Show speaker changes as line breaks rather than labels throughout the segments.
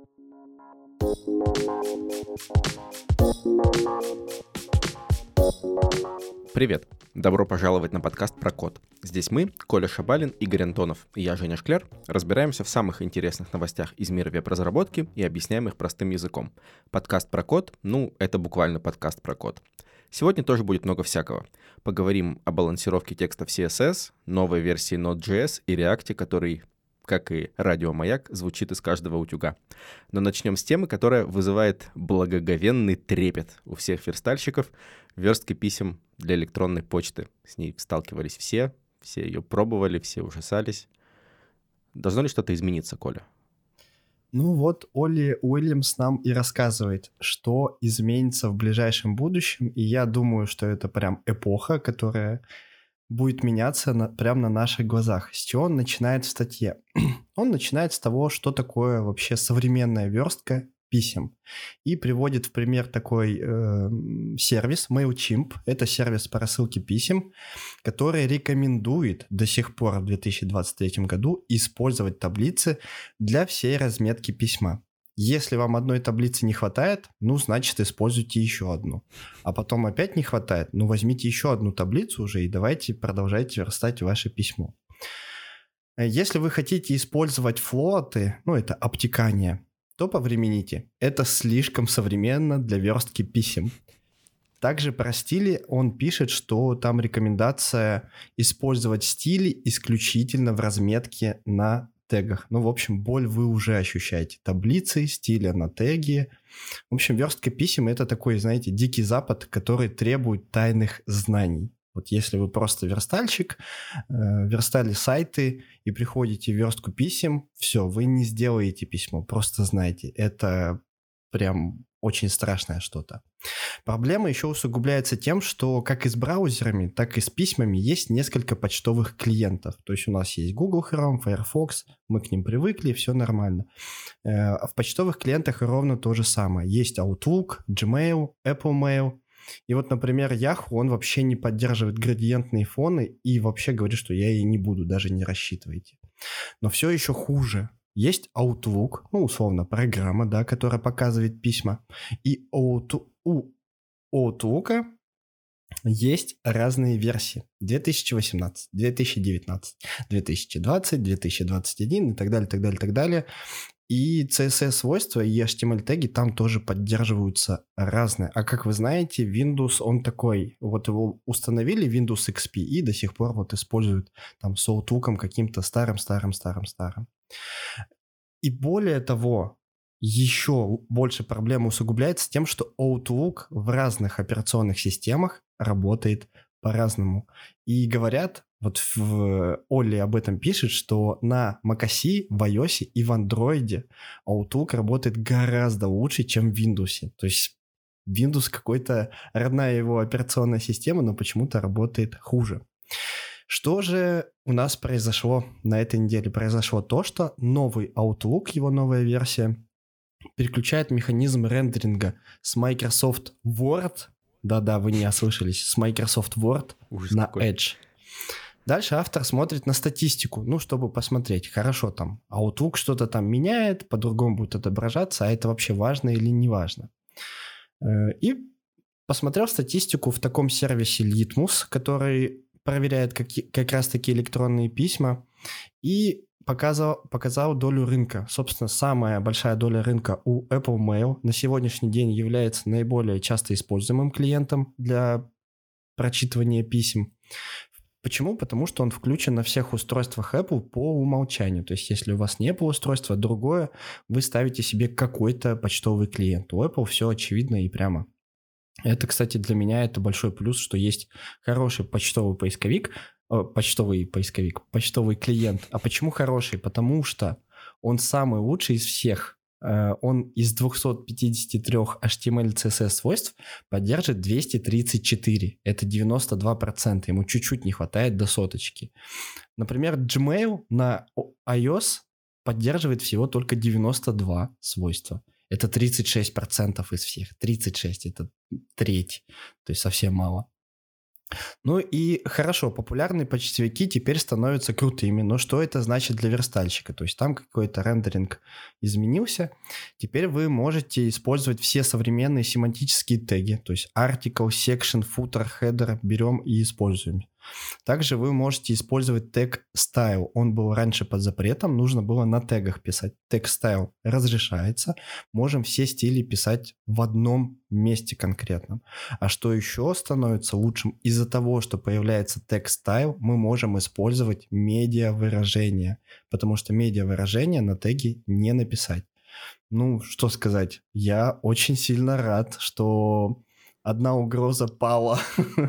Привет! Добро пожаловать на подкаст про код. Здесь мы, Коля Шабалин, Игорь Антонов и я, Женя Шкляр, разбираемся в самых интересных новостях из мира веб-разработки и объясняем их простым языком. Подкаст про код, это буквально подкаст про код. Сегодня тоже будет много всякого. Поговорим о балансировке текстов CSS, новой версии Node.js и React, который, как и радиомаяк, звучит из каждого утюга. Но начнем с темы, которая вызывает благоговенный трепет у всех верстальщиков — верстки писем для электронной почты. С ней сталкивались все ее пробовали, все ужасались. Должно ли что-то измениться, Коля?
Олли Уильямс нам и рассказывает, что изменится в ближайшем будущем, и я думаю, что это прям эпоха, которая будет меняться прямо на наших глазах. С чего он начинает в статье? Он начинает с того, что такое вообще современная верстка писем. И приводит в пример такой сервис MailChimp. Это сервис по рассылке писем, который рекомендует до сих пор в 2023 году использовать таблицы для всей разметки письма. Если вам одной таблицы не хватает, значит, используйте еще одну. А потом опять не хватает, возьмите еще одну таблицу уже и давайте продолжайте верстать ваше письмо. Если вы хотите использовать флоты, это обтекание, то повремените. Это слишком современно для верстки писем. Также про стили он пишет, что там рекомендация использовать стили исключительно в разметке на тегах. В общем, боль вы уже ощущаете. Таблицы, стиля на теге. В общем, верстка писем — это такой, дикий запад, который требует тайных знаний. Вот если вы просто верстальщик, верстали сайты и приходите в верстку писем, все, вы не сделаете письмо, просто знайте, это прям очень страшное что-то. Проблема еще усугубляется тем, что как и с браузерами, так и с письмами есть несколько почтовых клиентов. То есть у нас есть Google Chrome, Firefox, мы к ним привыкли, все нормально. А в почтовых клиентах ровно то же самое. Есть Outlook, Gmail, Apple Mail. И например, Yahoo, он вообще не поддерживает градиентные фоны и вообще говорит, что я и не буду, даже не рассчитывайте. Но все еще хуже. Есть Outlook, условно, программа, да, которая показывает письма. И у Outlook есть разные версии. 2018, 2019, 2020, 2021 и так далее, так далее, так далее. И CSS-свойства и HTML-теги там тоже поддерживаются разные. А как вы знаете, Windows, он такой, его установили Windows XP и до сих пор используют там с Outlook каким-то старым. И более того, еще больше проблема усугубляется тем, что Outlook в разных операционных системах работает по-разному. И говорят, в Олли об этом пишет, что на macOS, в iOS и в Android Outlook работает гораздо лучше, чем в Windows. То есть Windows какой-то родная его операционная система, но почему-то работает хуже. Что же у нас произошло на этой неделе? Произошло то, что новый Outlook, его новая версия, переключает механизм рендеринга с Microsoft Word, да-да, вы не ослышались, с Microsoft Word на Edge. Дальше автор смотрит на статистику, чтобы посмотреть, хорошо там, Outlook что-то там меняет, по-другому будет отображаться, а это вообще важно или не важно. И посмотрел статистику в таком сервисе Litmus, который проверяет как раз-таки электронные письма, и показал долю рынка. Собственно, самая большая доля рынка у Apple Mail на сегодняшний день является наиболее часто используемым клиентом для прочитывания писем. Почему? Потому что он включен на всех устройствах Apple по умолчанию. То есть, если у вас не Apple устройство, а другое, вы ставите себе какой-то почтовый клиент. У Apple все очевидно и прямо. Это, кстати, для меня это большой плюс, что есть хороший почтовый клиент. А почему хороший? Потому что он самый лучший из всех. Он из 253 HTML CSS свойств поддержит 234. Это 92%. Ему чуть-чуть не хватает до соточки. Например, Gmail на iOS поддерживает всего только 92 свойства. Это 36% из всех. 36 – это треть. То есть совсем мало. Ну и хорошо, популярные почтовики теперь становятся крутыми, но что это значит для верстальщика? То есть там какой-то рендеринг изменился. Теперь вы можете использовать все современные семантические теги, то есть article, section, footer, header берем и используем. Также вы можете использовать тег style. Он был раньше под запретом, нужно было на тегах писать. Тег style разрешается. Можем все стили писать в одном месте конкретном. А что еще становится лучшим? Из-за того, что появляется тег style, мы можем использовать медиа-выражения, потому что медиа-выражения на теге не написать. Ну, что сказать? Я очень сильно рад, что одна угроза пала.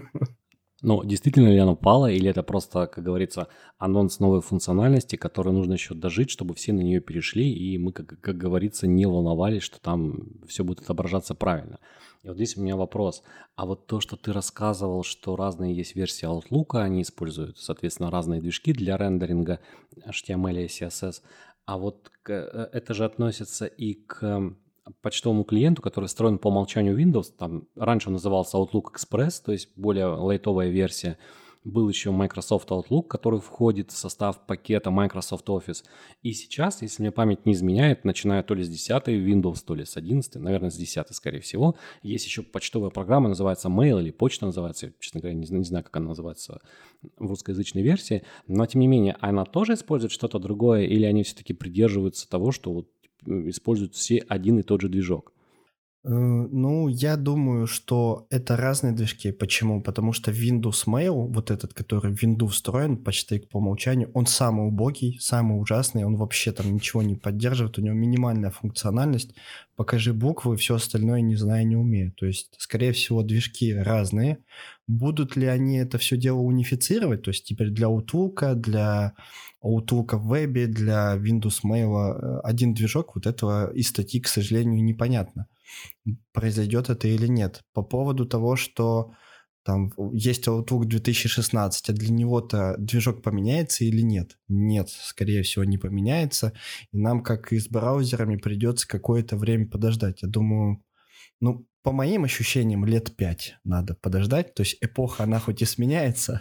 Но действительно ли оно пало, или это просто, как говорится, анонс новой функциональности, которую нужно еще дожить, чтобы все на нее перешли, и мы, как говорится, не волновались, что там все будет отображаться правильно. И вот здесь у меня вопрос. А вот то, что ты рассказывал, что разные есть версии Outlook, они используют, соответственно, разные движки для рендеринга HTML и CSS, а вот это же относится и к почтовому клиенту, который встроен по умолчанию Windows. Там раньше он назывался Outlook Express, то есть более лайтовая версия. Был еще Microsoft Outlook, который входит в состав пакета Microsoft Office. И сейчас, если мне память не изменяет, начиная то ли с 10 Windows, то ли с 11, наверное, с 10, скорее всего, есть еще почтовая программа, называется Mail или почта называется. Я, честно говоря, не знаю, как она называется в русскоязычной версии. Но, тем не менее, она тоже использует что-то другое, или они все-таки придерживаются того, что вот используют все один и тот же движок?
Ну, я думаю, что это разные движки. Почему? Потому что Windows Mail, вот этот, который в Windows встроен, почти по умолчанию, он самый убогий, самый ужасный, он вообще там ничего не поддерживает, у него минимальная функциональность. Покажи буквы, все остальное не знаю, не умею. То есть, скорее всего, движки разные. Будут ли они это все дело унифицировать? То есть теперь для Outlook, для Outlook в вебе, для Windows Mail один движок, вот этого из статьи, к сожалению, непонятно, произойдет это или нет. По поводу того, что там есть Outlook 2016, а для него-то движок поменяется или нет? Нет, скорее всего, не поменяется. И нам, как и с браузерами, придется какое-то время подождать. Я думаю, ну, по моим ощущениям, лет 5 надо подождать. То есть эпоха, она хоть и сменяется,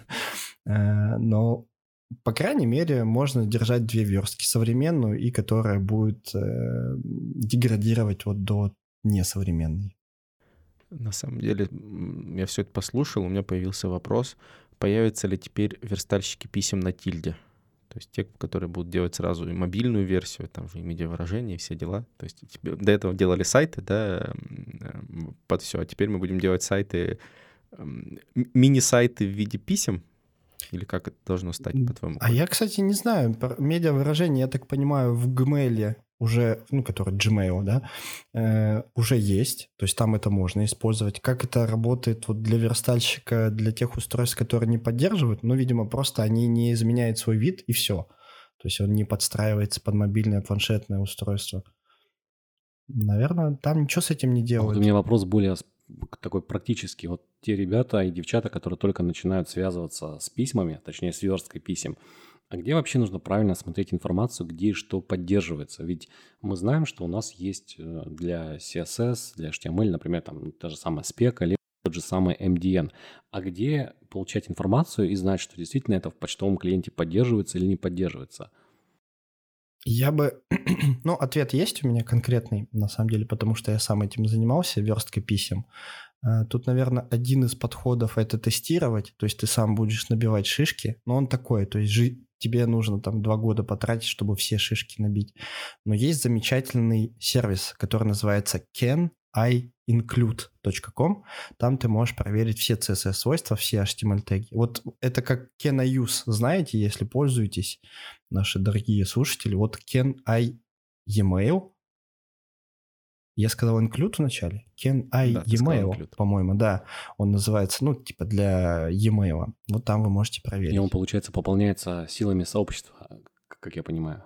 но, по крайней мере, можно держать две верстки. Современную и которая будет деградировать вот до несовременной.
На самом деле, я все это послушал, у меня появился вопрос, появятся ли теперь верстальщики писем на тильде? То есть те, которые будут делать сразу и мобильную версию, там же и медиавыражения, и все дела. То есть до этого делали сайты, да, под все, а теперь мы будем делать сайты, мини-сайты в виде писем, или как это должно стать, по-твоему?
А я, кстати, не знаю, медиавыражение, я так понимаю, в Gmail уже, ну, который Gmail, да, уже есть, то есть там это можно использовать. Как это работает вот для верстальщика, для тех устройств, которые не поддерживают, ну, видимо, просто они не изменяют свой вид и все. То есть он не подстраивается под мобильное планшетное устройство. Наверное, там ничего с этим не делают.
Вот у меня вопрос более такой практический. Вот те ребята и девчата, которые только начинают связываться с письмами, точнее, с версткой писем, а где вообще нужно правильно смотреть информацию, где что поддерживается? Ведь мы знаем, что у нас есть для CSS, для HTML, например, там та же самая спека, или тот же самый MDN. А где получать информацию и знать, что действительно это в почтовом клиенте поддерживается или не поддерживается?
Я бы... Ну, ответ есть у меня конкретный, на самом деле, потому что я сам этим занимался, версткой писем. Тут, наверное, один из подходов — это тестировать, то есть ты сам будешь набивать шишки, но он такой, то есть тебе нужно там 2 года потратить, чтобы все шишки набить. Но есть замечательный сервис, который называется caninclude.com. Там ты можешь проверить все CSS-свойства, все HTML-теги. Вот это как Can I Use, знаете, если пользуетесь, наши дорогие слушатели. Вот Can I Email. Я сказал include вначале? Can I
Да,
Email, по-моему, да. Он называется, ну, типа для e-mail. Вот там вы можете проверить.
И он, получается, пополняется силами сообщества, как я понимаю.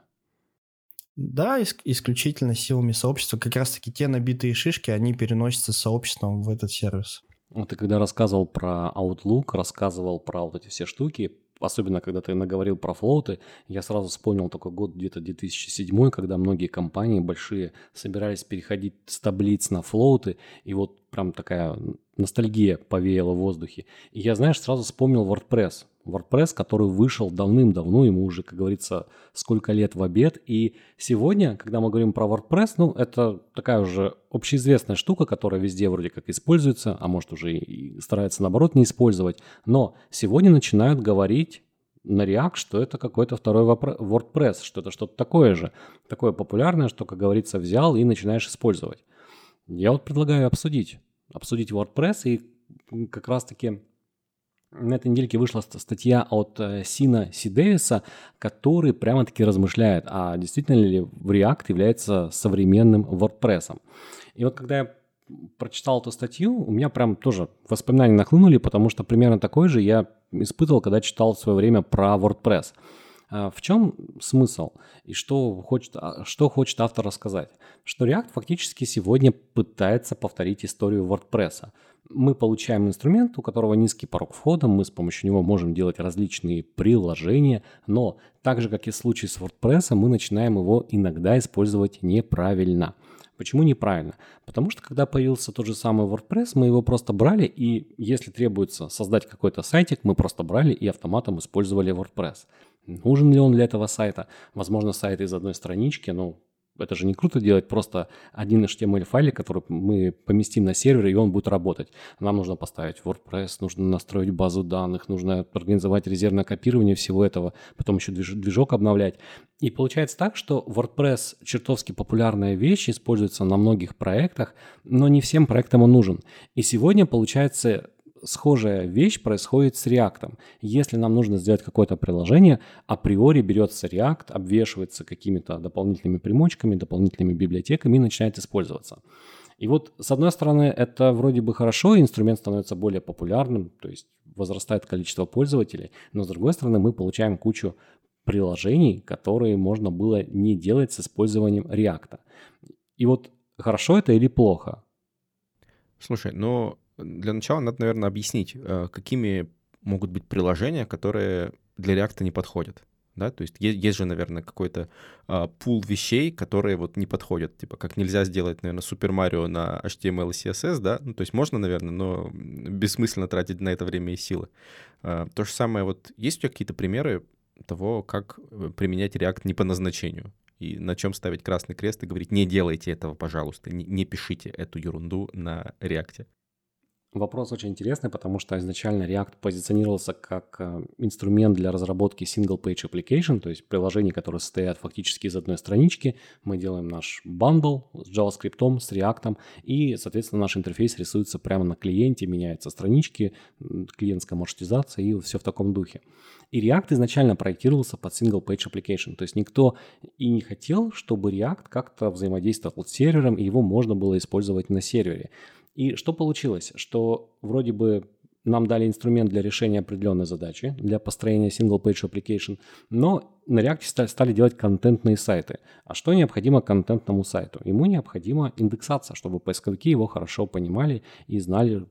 Да, исключительно силами сообщества. Как раз-таки те набитые шишки, они переносятся сообществом в этот сервис.
Вот ты когда рассказывал про Outlook, рассказывал про вот эти все штуки, особенно когда ты наговорил про флоуты, я сразу вспомнил такой год где-то 2007, когда многие компании большие собирались переходить с таблиц на флоуты, и вот прям такая ностальгия повеяла в воздухе. И я, знаешь, сразу вспомнил WordPress. WordPress, который вышел давным-давно, ему уже, как говорится, сколько лет в обед. И сегодня, когда мы говорим про WordPress, это такая уже общеизвестная штука, которая везде вроде как используется, а может уже и старается наоборот не использовать. Но сегодня начинают говорить на React, что это какой-то второй WordPress, что это что-то такое же, такое популярное, что, как говорится, взял и начинаешь использовать. Я вот предлагаю обсудить WordPress, и как раз-таки на этой недельке вышла статья от Сина Сидевиса, который прямо-таки размышляет, а действительно ли React является современным WordPress. И вот когда я прочитал эту статью, у меня прям тоже воспоминания нахлынули, потому что примерно такой же я испытывал, когда читал в свое время про WordPress. В чем смысл и что хочет автор рассказать? Что React фактически сегодня пытается повторить историю WordPress. Мы получаем инструмент, у которого низкий порог входа, мы с помощью него можем делать различные приложения, но так же, как и в случае с WordPress, мы начинаем его иногда использовать неправильно. Почему неправильно? Потому что когда появился тот же самый WordPress, мы его просто брали, и если требуется создать какой-то сайтик, мы просто брали и автоматом использовали WordPress. Нужен ли он для этого сайта? Возможно, сайт из одной странички, это же не круто делать просто один HTML-файлик, который мы поместим на сервер, и он будет работать. Нам нужно поставить WordPress, нужно настроить базу данных, нужно организовать резервное копирование всего этого, потом еще движок обновлять. И получается так, что WordPress чертовски популярная вещь, используется на многих проектах, но не всем проектам он нужен. И сегодня получается схожая вещь происходит с React. Если нам нужно сделать какое-то приложение, априори берется React, обвешивается какими-то дополнительными примочками, дополнительными библиотеками и начинает использоваться. И вот с одной стороны это вроде бы хорошо, инструмент становится более популярным, то есть возрастает количество пользователей, но с другой стороны мы получаем кучу приложений, которые можно было не делать с использованием React. И вот хорошо это или плохо?
Слушай, для начала надо, наверное, объяснить, какими могут быть приложения, которые для React не подходят. Да? То есть есть же, наверное, какой-то пул вещей, которые вот не подходят. Типа как нельзя сделать, наверное, Super Mario на HTML и CSS, да? То есть можно, наверное, но бессмысленно тратить на это время и силы. То же самое, вот есть у тебя какие-то примеры того, как применять React не по назначению? И на чем ставить красный крест и говорить: не делайте этого, пожалуйста, не пишите эту ерунду на React?
Вопрос очень интересный, потому что изначально React позиционировался как инструмент для разработки single-page application, то есть приложений, которые состоят фактически из одной странички. Мы делаем наш бандл с JavaScript, с React, и, соответственно, наш интерфейс рисуется прямо на клиенте, меняются странички, клиентская маршрутизация и все в таком духе. И React изначально проектировался под single-page application, то есть никто и не хотел, чтобы React как-то взаимодействовал с сервером, и его можно было использовать на сервере. И что получилось? Что вроде бы нам дали инструмент для решения определенной задачи, для построения single-page application, но на React стали делать контентные сайты. А что необходимо контентному сайту? Ему необходима индексация, чтобы поисковики его хорошо понимали и знали,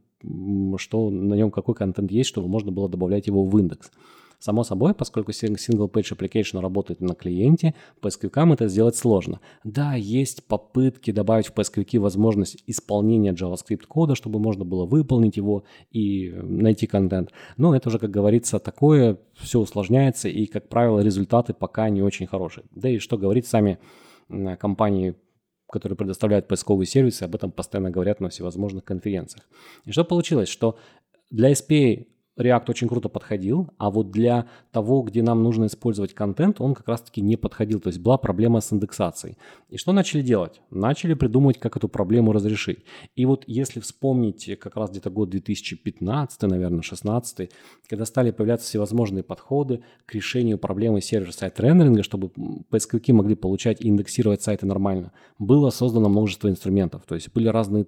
что на нем какой контент есть, чтобы можно было добавлять его в индекс. Само собой, поскольку single-page application работает на клиенте, поисковикам это сделать сложно. Да, есть попытки добавить в поисковики возможность исполнения JavaScript кода, чтобы можно было выполнить его и найти контент. Но это уже, как говорится, такое, все усложняется, и, как правило, результаты пока не очень хорошие. Да и что говорить, сами компании, которые предоставляют поисковые сервисы, об этом постоянно говорят на всевозможных конференциях. И что получилось? Что для SPA React очень круто подходил, а вот для того, где нам нужно использовать контент, он как раз-таки не подходил. То есть была проблема с индексацией. И что начали делать? Начали придумывать, как эту проблему разрешить. И вот если вспомнить как раз где-то год 2015, наверное, 2016, когда стали появляться всевозможные подходы к решению проблемы сервер-сайт рендеринга, чтобы поисковики могли получать и индексировать сайты нормально, было создано множество инструментов. То есть были разные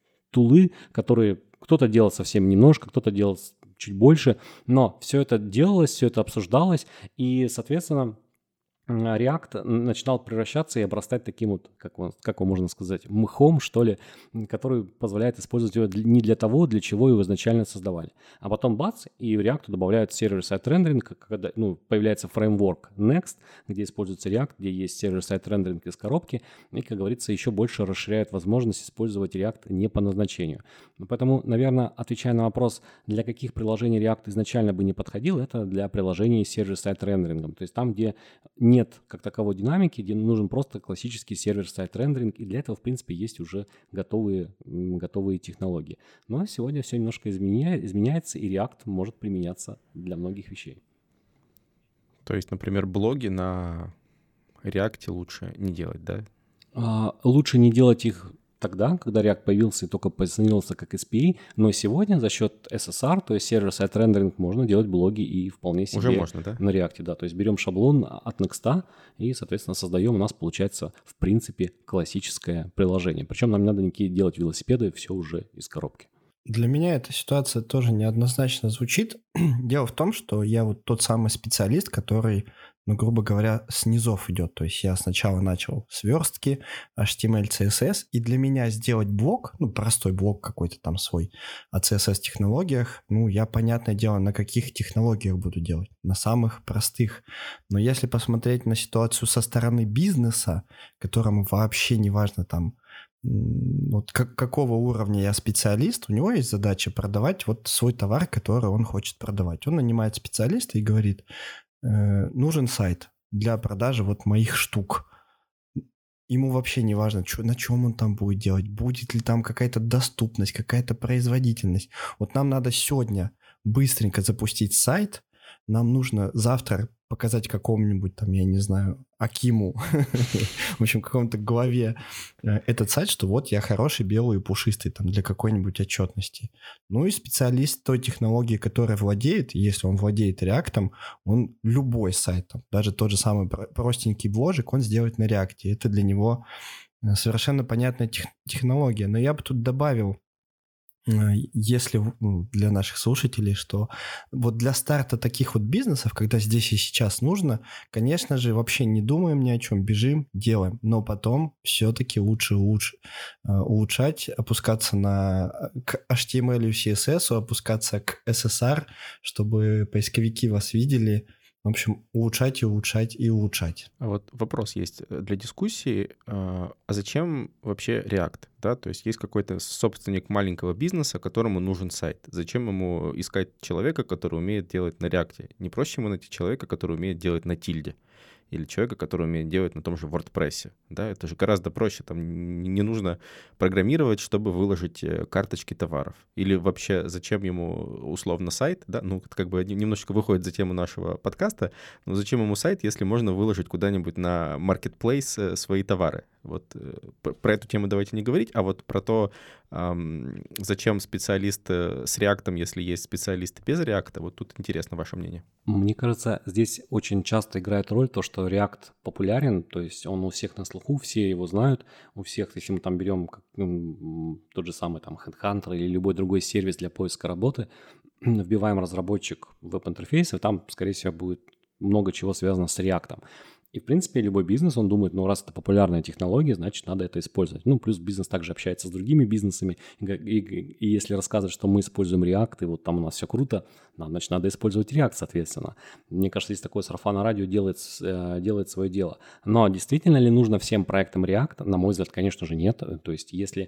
тулы, которые кто-то делал совсем немножко, кто-то делал чуть больше, но все это делалось, все это обсуждалось, и, соответственно, React начинал превращаться и обрастать таким вот, как его можно сказать, мхом, что ли, который позволяет использовать его не для того, для чего его изначально создавали. А потом бац, и в React добавляют сервер-сайд рендеринг, когда появляется фреймворк Next, где используется React, где есть сервер-сайд рендеринг из коробки, и, как говорится, еще больше расширяет возможность использовать React не по назначению. Поэтому, наверное, отвечая на вопрос, для каких приложений React изначально бы не подходил, это для приложений с сервер-сайд рендерингом. То есть там, где нет как таковой динамики, где нужен просто классический сервер-сайд рендеринг, и для этого, в принципе, есть уже готовые технологии. Но сегодня все немножко изменяется, и React может применяться для многих вещей.
То есть, например, блоги на React лучше не делать, да?
Лучше не делать их тогда, когда React появился и только позиционировался как SPA, но сегодня за счет SSR, то есть сервер-сайд рендеринг, можно делать блоги и вполне себе
уже можно, да?
На React, да. То есть берем шаблон от Next и, соответственно, создаем, у нас получается, в принципе, классическое приложение. Причем нам не надо никакие делать велосипеды, все уже из коробки.
Для меня эта ситуация тоже неоднозначно звучит. Дело в том, что я вот тот самый специалист, который, грубо говоря, с низов идет. То есть я сначала начал с верстки, HTML, CSS, и для меня сделать блок, простой блок какой-то там свой о CSS-технологиях, я, понятное дело, на каких технологиях буду делать? На самых простых. Но если посмотреть на ситуацию со стороны бизнеса, которому вообще не важно там, вот какого уровня я специалист, у него есть задача продавать вот свой товар, который он хочет продавать. Он нанимает специалиста и говорит, нужен сайт для продажи вот моих штук. Ему вообще не важно, на чем он там будет делать, будет ли там какая-то доступность, какая-то производительность. Вот нам надо сегодня быстренько запустить сайт, нам нужно завтра показать какому-нибудь там, я не знаю, Акиму, в общем, какому-то главе этот сайт, что вот я хороший, белый и пушистый там для какой-нибудь отчетности. И специалист той технологии, которой владеет, если он владеет React, он любой сайт, даже тот же самый простенький бложик, он сделает на React. Это для него совершенно понятная технология. Но я бы тут добавил, если для наших слушателей, что вот для старта таких вот бизнесов, когда здесь и сейчас нужно, конечно же, вообще не думаем ни о чем, бежим, делаем, но потом все-таки лучше улучшать, опускаться к HTML и CSS, опускаться к SSR, чтобы поисковики вас видели. В общем, улучшать и улучшать и улучшать.
А вот вопрос есть для дискуссии. А зачем вообще React? Да? То есть какой-то собственник маленького бизнеса, которому нужен сайт. Зачем ему искать человека, который умеет делать на React? Не проще ему найти человека, который умеет делать на Tilde? Или человека, который умеет делать на том же WordPress. Да? Это же гораздо проще. Там не нужно программировать, чтобы выложить карточки товаров. Или вообще зачем ему условно сайт? Да? Это как бы немножечко выходит за тему нашего подкаста. Но зачем ему сайт, если можно выложить куда-нибудь на Marketplace свои товары? Вот про эту тему давайте не говорить, а вот про то, зачем специалист с React, если есть специалисты без React, вот тут интересно ваше мнение.
Мне кажется, здесь очень часто играет роль то, что React популярен, то есть он у всех на слуху, все его знают, у всех, если мы там берем тот же самый там HeadHunter или любой другой сервис для поиска работы, вбиваем разработчик веб-интерфейса, там, скорее всего, будет много чего связано с React. И, в принципе, любой бизнес, он думает, раз это популярная технология, значит, надо это использовать. Плюс бизнес также общается с другими бизнесами. И если рассказывать, что мы используем React, и вот там у нас все круто, значит, надо использовать React, соответственно. Мне кажется, здесь такое сарафанное радио делает свое дело. Но действительно ли нужно всем проектам React? На мой взгляд, конечно же, нет. То есть, если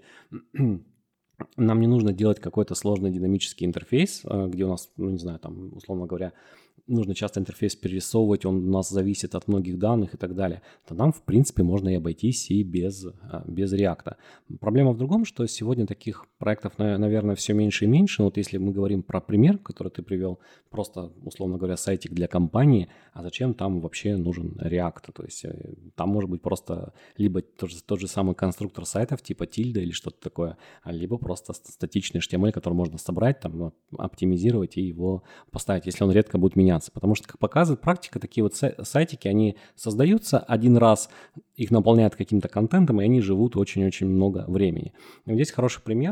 нам не нужно делать какой-то сложный динамический интерфейс, где у нас, там, условно говоря, нужно часто интерфейс перерисовывать, он у нас зависит от многих данных и так далее, то нам, в принципе, можно и обойтись и без React. Проблема в другом, что сегодня таких проектов, наверное, все меньше и меньше. Вот если мы говорим про пример, который ты привел, просто, условно говоря, сайтик для компании, а зачем там вообще нужен React? То есть там может быть просто либо тот же самый конструктор сайтов типа Tilda или что-то такое, либо просто статичный HTML, который можно собрать, там, оптимизировать и его поставить, если он редко будет меняться. Потому что, как показывает практика, такие вот сайтики, они создаются один раз, их наполняют каким-то контентом, и они живут очень-очень много времени. И вот здесь хороший пример.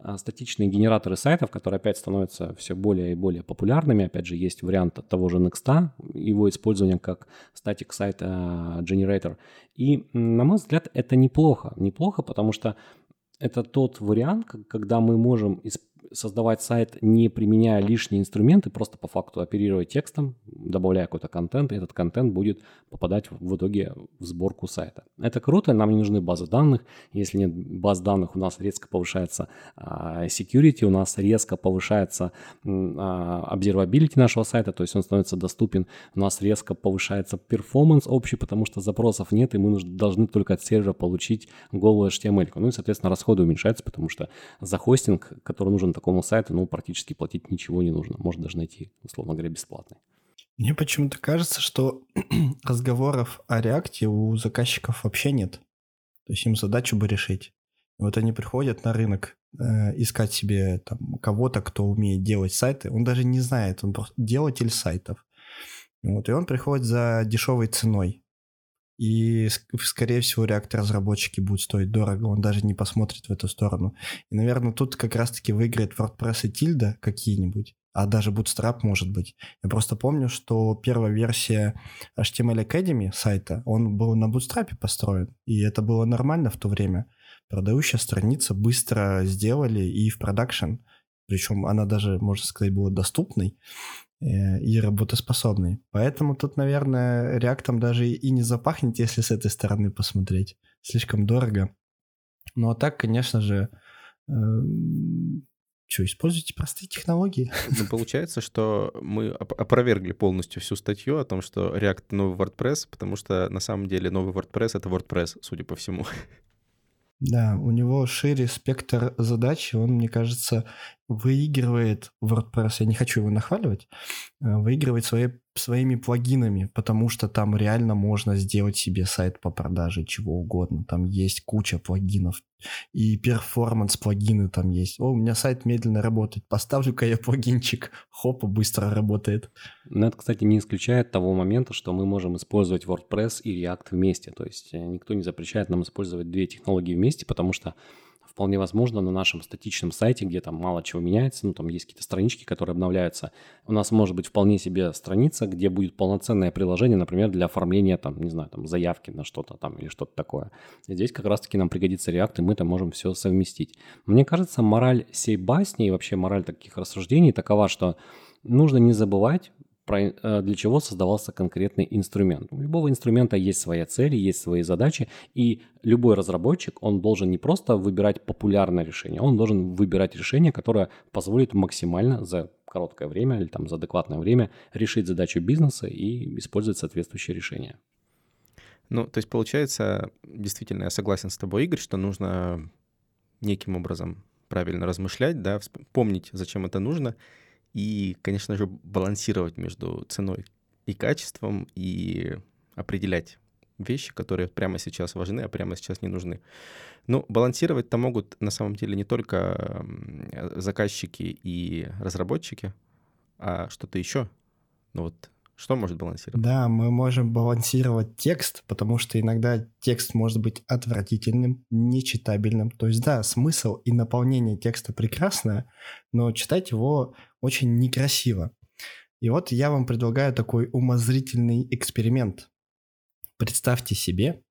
статичные генераторы сайтов, которые опять становятся все более и более популярными. Опять же, есть вариант того же Next, его использование как static site generator. И, на мой взгляд, это неплохо. Неплохо, потому что это тот вариант, когда мы можем создавать сайт, не применяя лишние инструменты, просто по факту оперировать текстом, добавляя какой-то контент, и этот контент будет попадать в итоге в сборку сайта. Это круто, нам не нужны базы данных. Если нет баз данных, у нас резко повышается security, у нас резко повышается observability нашего сайта, то есть он становится доступен, у нас резко повышается перформанс общий, потому что запросов нет, и мы должны только от сервера получить голую HTML. Ну и, соответственно, расходы уменьшаются, потому что за хостинг, который нужен такому сайту, практически платить ничего не нужно. Можно даже найти, условно говоря, бесплатный.
Мне почему-то кажется, что разговоров о React у заказчиков вообще нет. То есть им задачу бы решить. Вот они приходят на рынок искать себе там кого-то, кто умеет делать сайты. Он даже не знает, он просто делатель сайтов. И он приходит за дешевой ценой. И, скорее всего, React-разработчики будут стоить дорого, он даже не посмотрит в эту сторону. И, наверное, тут как раз-таки выиграет WordPress и Tilda какие-нибудь, а даже Bootstrap может быть. Я просто помню, что первая версия HTML Academy сайта, он был на Bootstrap построен, и это было нормально в то время. Продающая страница быстро сделали и в продакшн, причем она даже, можно сказать, была доступной и работоспособный. Поэтому тут, наверное, React даже и не запахнет, если с этой стороны посмотреть. Слишком дорого. Ну а так, конечно же, используйте простые технологии.
Получается, что мы опровергли полностью всю статью о том, что React — новый WordPress, потому что на самом деле новый WordPress — это WordPress, судя по всему.
Да, у него шире спектр задач, и он, мне кажется, выигрывает WordPress, я не хочу его нахваливать, выигрывает своими плагинами, потому что там реально можно сделать себе сайт по продаже чего угодно. Там есть куча плагинов, и перформанс-плагины там есть. У меня сайт медленно работает, поставлю-ка я плагинчик, хоп, быстро работает.
Но это, кстати, не исключает того момента, что мы можем использовать WordPress и React вместе. То есть никто не запрещает нам использовать две технологии вместе, потому что вполне возможно, на нашем статичном сайте, где там мало чего меняется, там есть какие-то странички, которые обновляются, у нас может быть вполне себе страница, где будет полноценное приложение, например, для оформления заявки на что-то там или что-то такое. И здесь как раз-таки нам пригодится React, и мы там можем все совместить. Мне кажется, мораль сей басни и вообще мораль таких рассуждений такова, что нужно не забывать, для чего создавался конкретный инструмент. У любого инструмента есть свои цели, есть свои задачи, и любой разработчик, он должен не просто выбирать популярное решение, он должен выбирать решение, которое позволит максимально за короткое время или за адекватное время решить задачу бизнеса и использовать соответствующее решение.
То есть получается, действительно, я согласен с тобой, Игорь, что нужно неким образом правильно размышлять, да, помнить, зачем это нужно, и, конечно же, балансировать между ценой и качеством, и определять вещи, которые прямо сейчас важны, а прямо сейчас не нужны. Балансировать-то могут на самом деле не только заказчики и разработчики, а что-то еще. Что может балансировать?
Да, мы можем балансировать текст, потому что иногда текст может быть отвратительным, нечитабельным. То есть, да, смысл и наполнение текста прекрасное, но читать его очень некрасиво. И я вам предлагаю такой умозрительный эксперимент. Представьте себе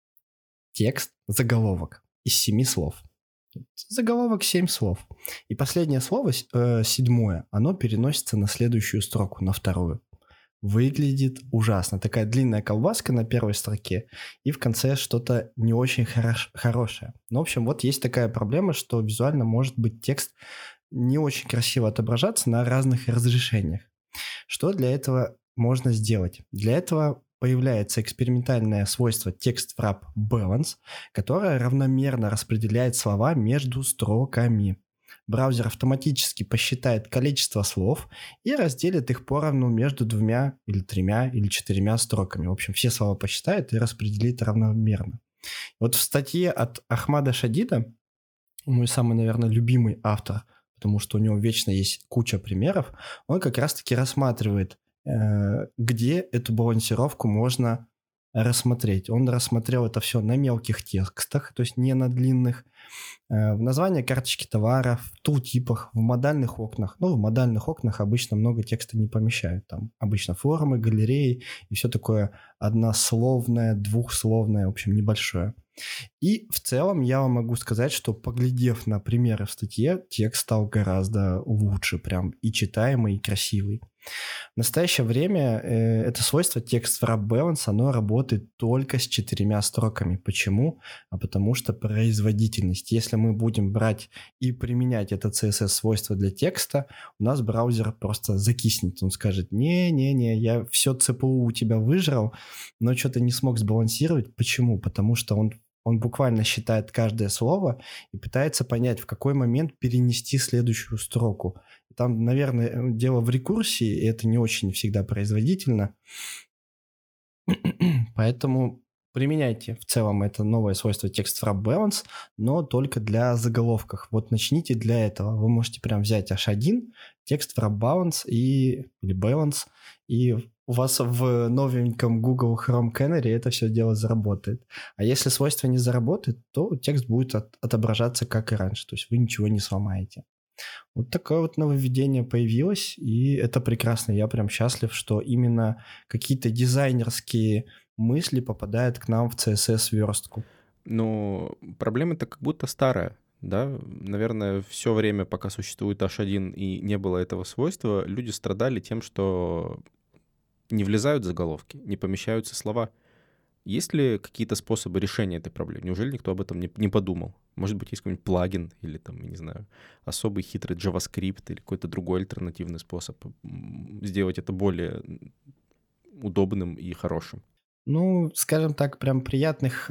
текст, заголовок из 7 слов. Заголовок 7 слов. И последнее слово, 7, оно переносится на следующую строку, на вторую. Выглядит ужасно. Такая длинная колбаска на первой строке, и в конце что-то не очень хорошее. В общем, есть такая проблема, что визуально может быть текст не очень красиво отображаться на разных разрешениях. Что для этого можно сделать? Для этого появляется экспериментальное свойство Text Wrap Balance, которое равномерно распределяет слова между строками. Браузер автоматически посчитает количество слов и разделит их поровну между 2 или 3 или 4 строками. В общем, все слова посчитает и распределит равномерно. В статье от Ахмада Шадида, мой самый, наверное, любимый автор, потому что у него вечно есть куча примеров, он как раз-таки рассматривает, где эту балансировку можно рассмотреть. Он рассмотрел это все на мелких текстах, то есть не на длинных, в названии карточки товаров, в тултипах, в модальных окнах. Ну, в модальных окнах обычно много текста не помещают. Там обычно форумы, галереи и все такое однословное, двухсловное, в общем, небольшое. И в целом я вам могу сказать, что поглядев на примеры в статье, текст стал гораздо лучше, прям и читаемый, и красивый. В настоящее время это свойство Text Wrap Balance, оно работает только с 4 строками. Почему? А потому что производительность. Если мы будем брать и применять это CSS-свойство для текста, у нас браузер просто закиснет. Он скажет, не-не-не, я все CPU у тебя выжрал, но что-то не смог сбалансировать. Почему? Потому что он буквально считает каждое слово и пытается понять, в какой момент перенести следующую строку. Там, наверное, дело в рекурсии, и это не очень всегда производительно. Поэтому применяйте в целом это новое свойство Text Wrap Balance, но только для заголовков. Вот начните для этого. Вы можете прям взять H1, Text Wrap Balance или Balance, и у вас в новеньком Google Chrome Canary это все дело заработает. А если свойство не заработает, то текст будет отображаться как и раньше, то есть вы ничего не сломаете. Вот такое вот нововведение появилось, и это прекрасно. Я прям счастлив, что именно какие-то дизайнерские мысли попадают к нам в CSS-верстку.
Но проблема-то как будто старая, да? Наверное, все время, пока существует H1 и не было этого свойства, люди страдали тем, что не влезают заголовки, не помещаются слова. Есть ли какие-то способы решения этой проблемы? Неужели никто об этом не подумал? Может быть, есть какой-нибудь плагин или, там, я не знаю, особый хитрый JavaScript или какой-то другой альтернативный способ сделать это более удобным и хорошим?
Ну, скажем так, прям приятных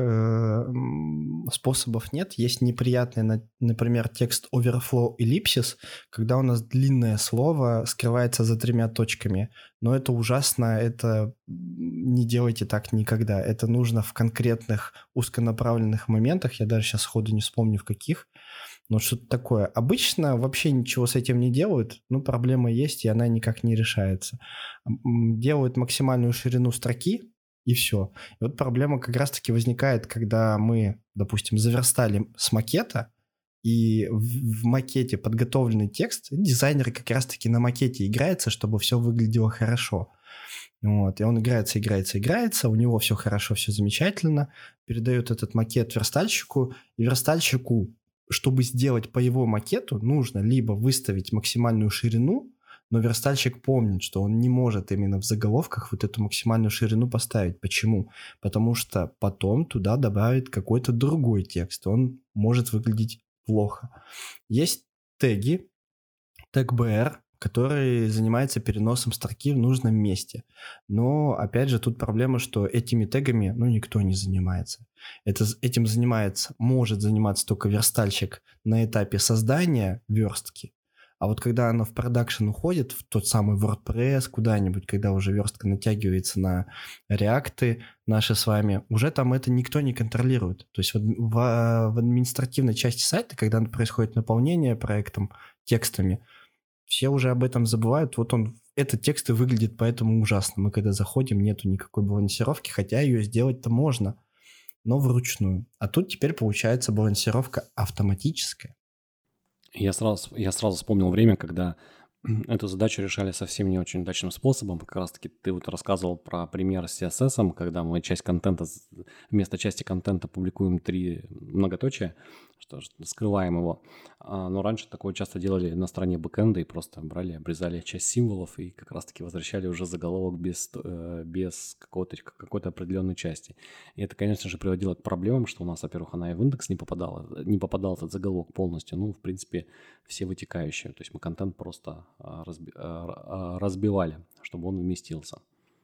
способов нет. Есть неприятный, например, текст overflow ellipsis, когда у нас длинное слово скрывается за 3 точками. Но это ужасно, это не делайте так никогда. Это нужно в конкретных узконаправленных моментах. Я даже сейчас сходу не вспомню в каких. Но что-то такое. Обычно вообще ничего с этим не делают, но проблема есть, и она никак не решается. Делают максимальную ширину строки, и все. И вот проблема как раз-таки возникает, когда мы, допустим, заверстали с макета, и в макете подготовленный текст, дизайнер как раз-таки на макете играется, чтобы все выглядело хорошо. Вот. И он играется, у него все хорошо, все замечательно, передает этот макет верстальщику, и верстальщику, чтобы сделать по его макету, нужно либо выставить максимальную ширину, но верстальщик помнит, что он не может именно в заголовках вот эту максимальную ширину поставить. Почему? Потому что потом туда добавит какой-то другой текст. Он может выглядеть плохо. Есть теги, тег BR, который занимается переносом строки в нужном месте. Но, опять же, тут проблема, что этими тегами, никто не занимается. Этим может заниматься только верстальщик на этапе создания верстки. А вот когда оно в продакшн уходит, в тот самый WordPress, куда-нибудь, когда уже верстка натягивается на реакты наши с вами, уже там это никто не контролирует. То есть в административной части сайта, когда происходит наполнение проектом текстами, все уже об этом забывают. Вот этот текст и выглядит поэтому ужасно. Мы когда заходим, нету никакой балансировки, хотя ее сделать-то можно, но вручную. А тут теперь получается балансировка автоматическая.
Я сразу вспомнил время, когда эту задачу решали совсем не очень удачным способом. Как раз-таки ты вот рассказывал про пример с CSS, когда мы вместо части контента публикуем 3 многоточия, что скрываем его. Но раньше такое часто делали на стороне бэкэнда и просто брали, обрезали часть символов и как раз-таки возвращали уже заголовок без какой-то определенной части. И это, конечно же, приводило к проблемам, что у нас, во-первых, она и в индекс не попадал этот заголовок полностью. В принципе, все вытекающие. То есть мы контент просто разбивали, чтобы он вместился.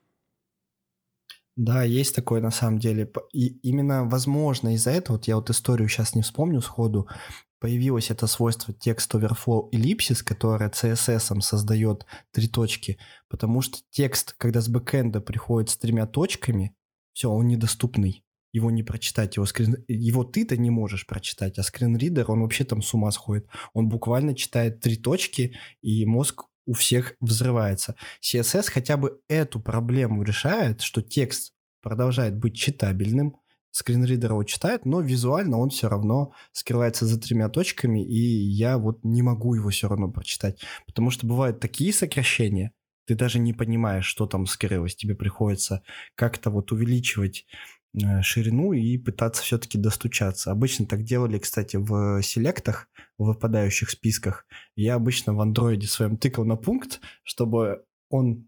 Да, есть такое на самом деле. И именно, возможно, из-за этого, я историю сейчас не вспомню сходу, появилось это свойство Text Overflow Ellipsis, которое CSS создает 3 точки, потому что текст, когда с бэкэнда приходит с 3 точками, все, он недоступный. Его не прочитать, его ты-то не можешь прочитать, а скринридер, он вообще там с ума сходит. Он буквально читает 3 точки, и мозг у всех взрывается. CSS хотя бы эту проблему решает, что текст продолжает быть читабельным, скринридер его читает, но визуально он все равно скрывается за 3 точками, и я вот не могу его все равно прочитать. Потому что бывают такие сокращения, ты даже не понимаешь, что там скрылось. Тебе приходится как-то вот увеличивать ширину и пытаться все-таки достучаться. Обычно так делали, кстати, в селектах, в выпадающих списках. Я обычно в андроиде своем тыкал на пункт, чтобы он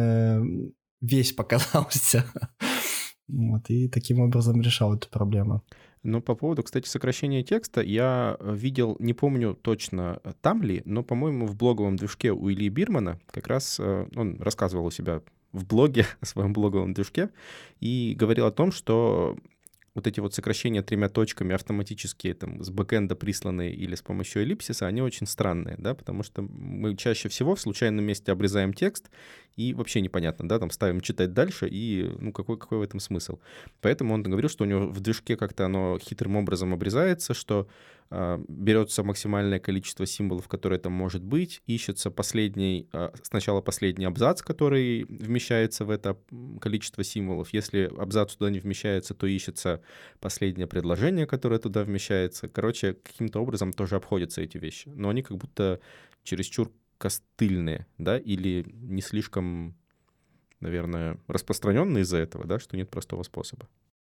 весь показался. Вот, и таким образом решал эту проблему.
Но по поводу, кстати, сокращения текста, я видел, не помню точно там ли, но, по-моему, в блоговом движке у Ильи Бирмана как раз он рассказывал у себя в блоге, о своем блоговом движке, и говорил о том, что вот эти вот сокращения 3 точками автоматически там с бэкэнда присланные или с помощью эллипсиса, они очень странные, да, потому что мы чаще всего в случайном месте обрезаем текст, и вообще непонятно, да, там ставим читать дальше, и, ну, какой в этом смысл? Поэтому он говорил, что у него в движке как-то оно хитрым образом обрезается, что берется максимальное количество символов, которое там может быть, ищется сначала последний абзац, который вмещается в это количество символов. Если абзац туда не вмещается, то ищется последнее предложение, которое туда вмещается. Короче, каким-то образом тоже обходятся эти вещи. Но они как будто чересчур костыльные, да, или не слишком, наверное, распространенные из-за этого, да, что нет простого способа.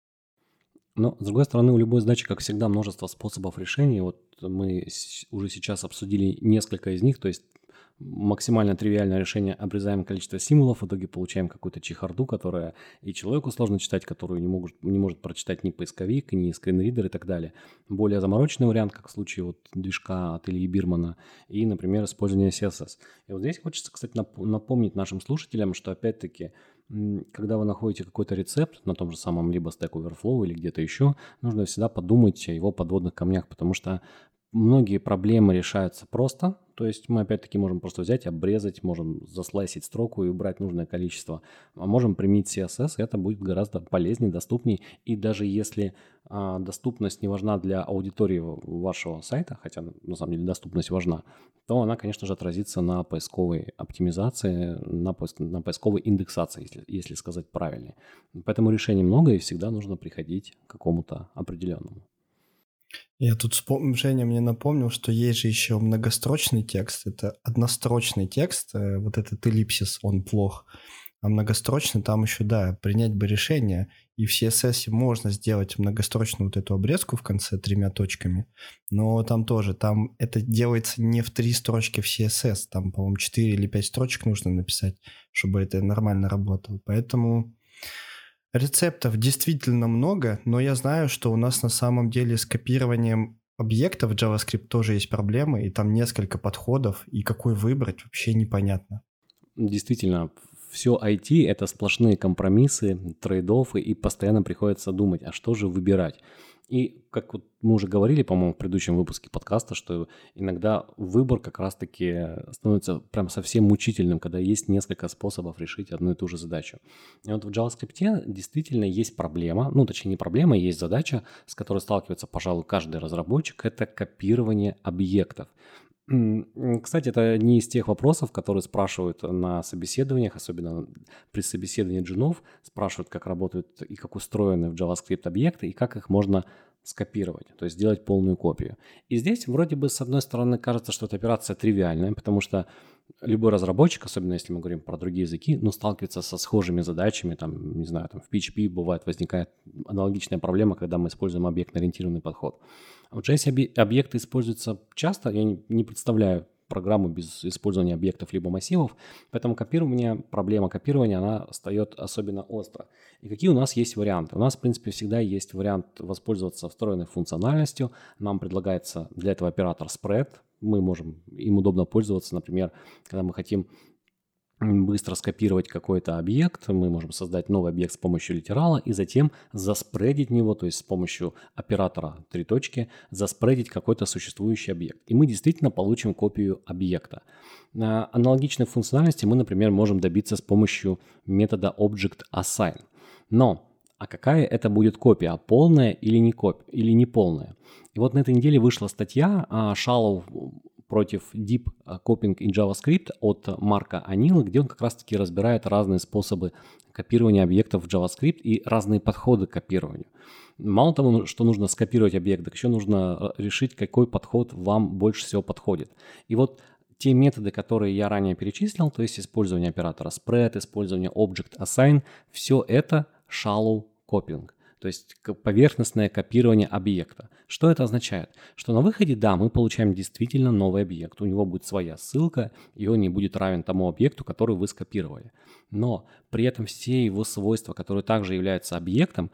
Но, с другой стороны, у любой задачи, как всегда, множество способов решения. Вот мы уже сейчас обсудили несколько из них, то есть максимально тривиальное решение, обрезаем количество символов, в итоге получаем какую-то чехарду, которая и человеку сложно читать, которую не может прочитать ни поисковик, ни скринридер и так далее. Более замороченный вариант, как в случае вот движка от Ильи Бирмана, и, например, использование CSS. И вот здесь хочется, кстати, напомнить нашим слушателям, что опять-таки, когда вы находите какой-то рецепт на том же самом либо Stack Overflow или где-то еще, нужно всегда подумать о его подводных камнях, потому что многие проблемы решаются просто, то есть мы опять-таки можем просто взять, обрезать, можем заслайсить строку и убрать нужное количество, а можем применить CSS, и это будет гораздо полезнее, доступнее, и даже если доступность не важна для аудитории вашего сайта, хотя на самом деле доступность важна, то она, конечно же, отразится на поисковой оптимизации, на поисковой индексации, если сказать правильнее. Поэтому решений много, и всегда нужно приходить к какому-то определенному.
Я тут Женя мне напомнил, что есть же еще многострочный текст. Это однострочный текст, вот этот эллипсис, он плох. А многострочный там еще, да, принять бы решение. И в CSS можно сделать многострочную вот эту обрезку в конце 3 точками. Но там тоже, там это делается не в 3 строчки в CSS. Там, по-моему, 4 или 5 строчек нужно написать, чтобы это нормально работало. Поэтому... Рецептов действительно много, но я знаю, что у нас на самом деле с копированием объектов в JavaScript тоже есть проблемы, и там несколько подходов, и какой выбрать вообще непонятно.
Действительно, все IT – это сплошные компромиссы, трейд-оффы, и постоянно приходится думать, а что же выбирать. И как вот мы уже говорили, по-моему, в предыдущем выпуске подкаста, что иногда выбор как раз-таки становится прям совсем мучительным, когда есть несколько способов решить одну и ту же задачу. И вот в JavaScript действительно есть проблема, ну, точнее, не проблема, есть задача, с которой сталкивается, пожалуй, каждый разработчик – это копирование объектов. Кстати, это не из тех вопросов, которые спрашивают на собеседованиях, особенно при собеседовании джунов, спрашивают, как работают и как устроены в JavaScript объекты и как их можно скопировать, то есть сделать полную копию. И здесь вроде бы с одной стороны кажется, что эта операция тривиальная, потому что любой разработчик, особенно если мы говорим про другие языки, сталкивается со схожими задачами, там, не знаю, там в PHP возникает аналогичная проблема, когда мы используем объектно-ориентированный подход. А в JS объекты используются часто, я не представляю программу без использования объектов либо массивов, поэтому проблема копирования, она встает особенно остро. И какие у нас есть варианты? У нас, в принципе, всегда есть вариант воспользоваться встроенной функциональностью. Нам предлагается для этого оператор spread. Мы можем им удобно пользоваться, например, когда мы хотим быстро скопировать какой-то объект, мы можем создать новый объект с помощью литерала и затем заспредить него, то есть с помощью оператора 3 точки, заспредить какой-то существующий объект. И мы действительно получим копию объекта. Аналогичной функциональности мы, например, можем добиться с помощью метода ObjectAssign. Но а какая это будет копия, полная или не полная? И вот на этой неделе вышла статья Shallow напротив Deep Copying in JavaScript от Марка Анила, где он как раз-таки разбирает разные способы копирования объектов в JavaScript и разные подходы к копированию. Мало того, что нужно скопировать объект, так еще нужно решить, какой подход вам больше всего подходит. И вот те методы, которые я ранее перечислил, то есть использование оператора spread, использование object assign, все это shallow copying, то есть поверхностное копирование объекта. Что это означает? Что на выходе, да, мы получаем действительно новый объект, у него будет своя ссылка, и он не будет равен тому объекту, который вы скопировали. Но при этом все его свойства, которые также являются объектами,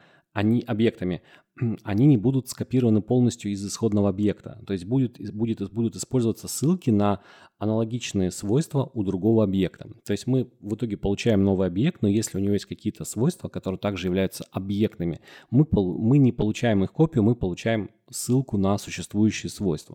они не будут скопированы полностью из исходного объекта. То есть будут использоваться ссылки на аналогичные свойства у другого объекта. То есть мы в итоге получаем новый объект, но если у него есть какие-то свойства, которые также являются объектными, мы не получаем их копию, мы получаем ссылку на существующие свойства.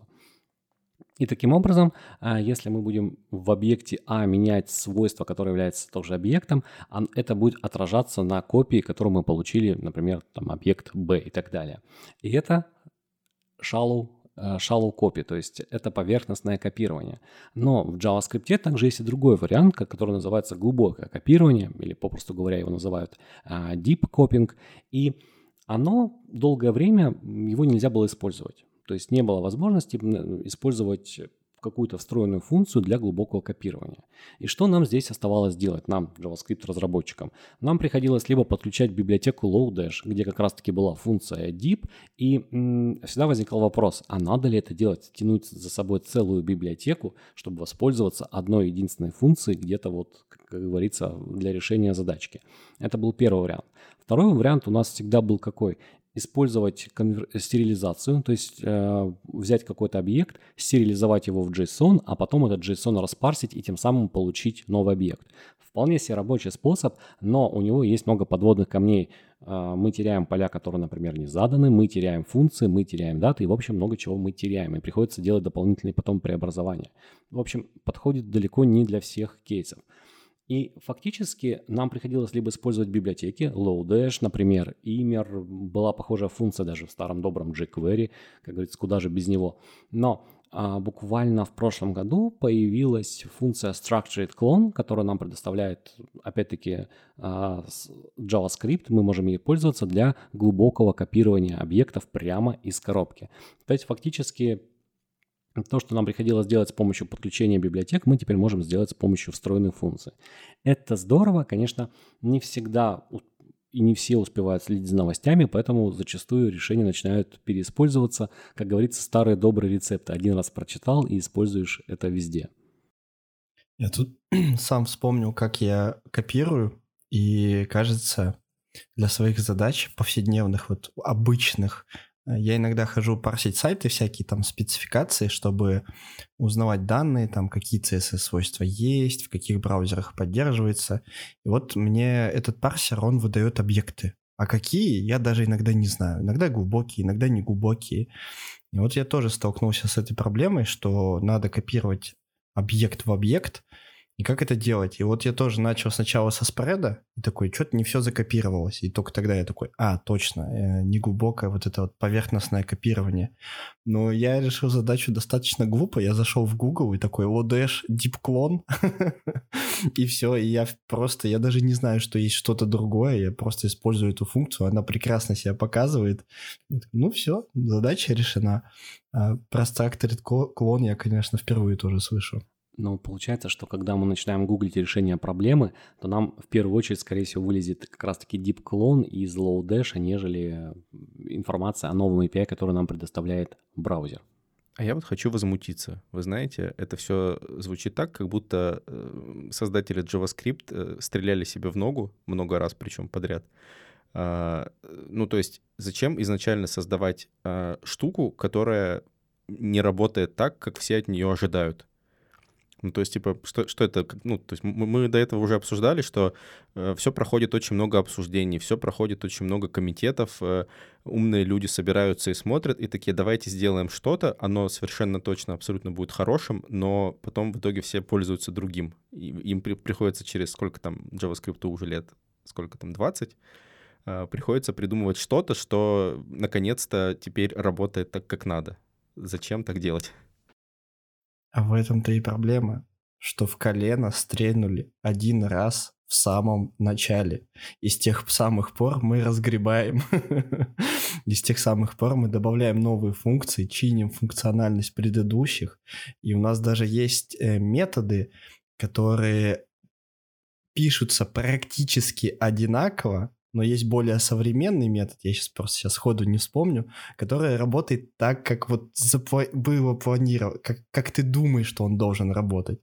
И таким образом, если мы будем в объекте А менять свойство, которое является тоже объектом, это будет отражаться на копии, которую мы получили, например, там, объект Б и так далее. И это shallow copy, то есть это поверхностное копирование. Но в JavaScript также есть и другой вариант, который называется глубокое копирование, или, попросту говоря, его называют deep copying, и оно долгое время, его нельзя было использовать. То есть не было возможности использовать какую-то встроенную функцию для глубокого копирования. И что нам здесь оставалось делать, нам, JavaScript-разработчикам? Нам приходилось либо подключать библиотеку Lodash, где как раз-таки была функция deep, и всегда возникал вопрос, а надо ли это делать, тянуть за собой целую библиотеку, чтобы воспользоваться одной единственной функцией где-то вот, как говорится, для решения задачки. Это был первый вариант. Второй вариант у нас всегда был какой? Использовать стерилизацию, то есть взять какой-то объект, стерилизовать его в JSON, а потом этот JSON распарсить и тем самым получить новый объект. Вполне себе рабочий способ, но у него есть много подводных камней. Мы теряем поля, которые, например, не заданы, мы теряем функции, мы теряем даты, и, в общем, много чего мы теряем, и приходится делать дополнительные потом преобразования. В общем, подходит далеко не для всех кейсов. И фактически нам приходилось либо использовать библиотеки, Lodash, например, Immer, была похожая функция даже в старом добром jQuery, как говорится, куда же без него. Но буквально в прошлом году появилась функция Structured Clone, которая нам предоставляет, опять-таки, JavaScript. Мы можем ей пользоваться для глубокого копирования объектов прямо из коробки. То есть фактически то, что нам приходилось делать с помощью подключения библиотек, мы теперь можем сделать с помощью встроенной функции. Это здорово, конечно, не всегда и не все успевают следить за новостями, поэтому зачастую решения начинают переиспользоваться. Как говорится, старые добрые рецепты. Один раз прочитал и используешь это везде.
Я тут сам вспомнил, как я копирую, и кажется, для своих задач повседневных, вот обычных, я иногда хожу парсить сайты, всякие там спецификации, чтобы узнавать данные, там какие CSS-свойства есть, в каких браузерах поддерживается. И вот мне этот парсер, он выдает объекты. А какие, я даже иногда не знаю. Иногда глубокие, иногда не глубокие. И вот я тоже столкнулся с этой проблемой, что надо копировать объект в объект. И как это делать? И вот я тоже начал сначала со спреда, и такой, что-то не все закопировалось. И только тогда я такой, точно, неглубокое вот это вот поверхностное копирование. Но я решил задачу достаточно глупо. Я зашел в Google и такой, Lodash, Deep Clone. И все, и я даже не знаю, что есть что-то другое. Я просто использую эту функцию, она прекрасно себя показывает. Ну все, задача решена. Про Structured Clone я, конечно, впервые тоже слышу.
Но получается, что когда мы начинаем гуглить решение проблемы, то нам в первую очередь, скорее всего, вылезет как раз-таки deep clone из Lodash, нежели информация о новом API, который нам предоставляет браузер.
А я вот хочу возмутиться. Вы знаете, это все звучит так, как будто создатели JavaScript стреляли себе в ногу много раз, причем подряд. Ну, то есть зачем изначально создавать штуку, которая не работает так, как все от нее ожидают? Ну, то есть, типа, что это? Ну, то есть мы до этого уже обсуждали, что все проходит очень много обсуждений, все проходит очень много комитетов, умные люди собираются и смотрят, и такие, давайте сделаем что-то, оно совершенно точно, абсолютно будет хорошим, но потом в итоге все пользуются другим. И им приходится через сколько там JavaScript уже лет, сколько там, 20, приходится придумывать что-то, что наконец-то теперь работает так, как надо. Зачем так делать?
А в этом-то и проблема, что в колено стрельнули один раз в самом начале. И с тех самых пор мы разгребаем. И с тех самых пор мы добавляем новые функции, чиним функциональность предыдущих. И у нас даже есть методы, которые пишутся практически одинаково, но есть более современный метод, я сейчас сходу не вспомню, который работает так, как вот было планировано, как ты думаешь, что он должен работать.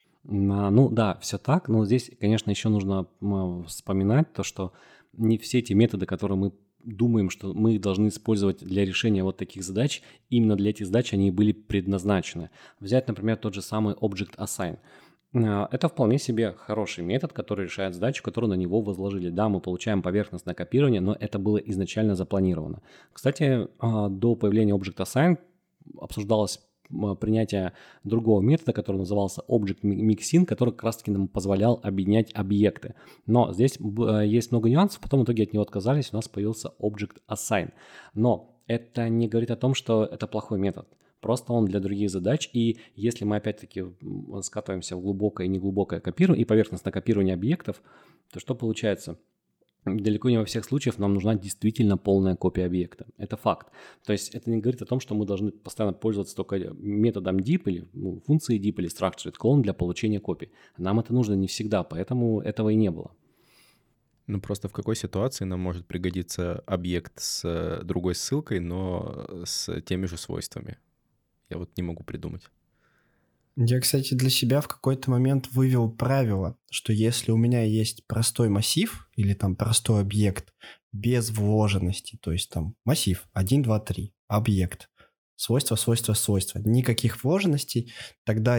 Ну да, все так, но здесь, конечно, еще нужно вспоминать то, что не все эти методы, которые мы думаем, что мы их должны использовать для решения вот таких задач, именно для этих задач они и были предназначены. Взять, например, тот же самый Object Assign. Это вполне себе хороший метод, который решает задачу, которую на него возложили. Да, мы получаем поверхностное копирование, но это было изначально запланировано. Кстати, до появления Object Assign обсуждалось принятие другого метода, который назывался Object Mixin, который как раз-таки нам позволял объединять объекты. Но здесь есть много нюансов, потом в итоге от него отказались, у нас появился Object Assign. Но это не говорит о том, что это плохой метод. Просто он для других задач, и если мы опять-таки скатываемся в глубокое и неглубокое копирование и поверхностное копирование объектов, то что получается? Далеко не во всех случаях нам нужна действительно полная копия объекта. Это факт. То есть это не говорит о том, что мы должны постоянно пользоваться только методом deep или функцией deep или structured clone для получения копий. Нам это нужно не всегда, поэтому этого и не было.
Ну, просто в какой ситуации нам может пригодиться объект с другой ссылкой, но с теми же свойствами? Я вот не могу придумать.
Я, кстати, для себя в какой-то момент вывел правило, что если у меня есть простой массив или там простой объект без вложенности, то есть там массив 1, 2, 3, объект, свойства, свойства, свойства, никаких вложенностей, тогда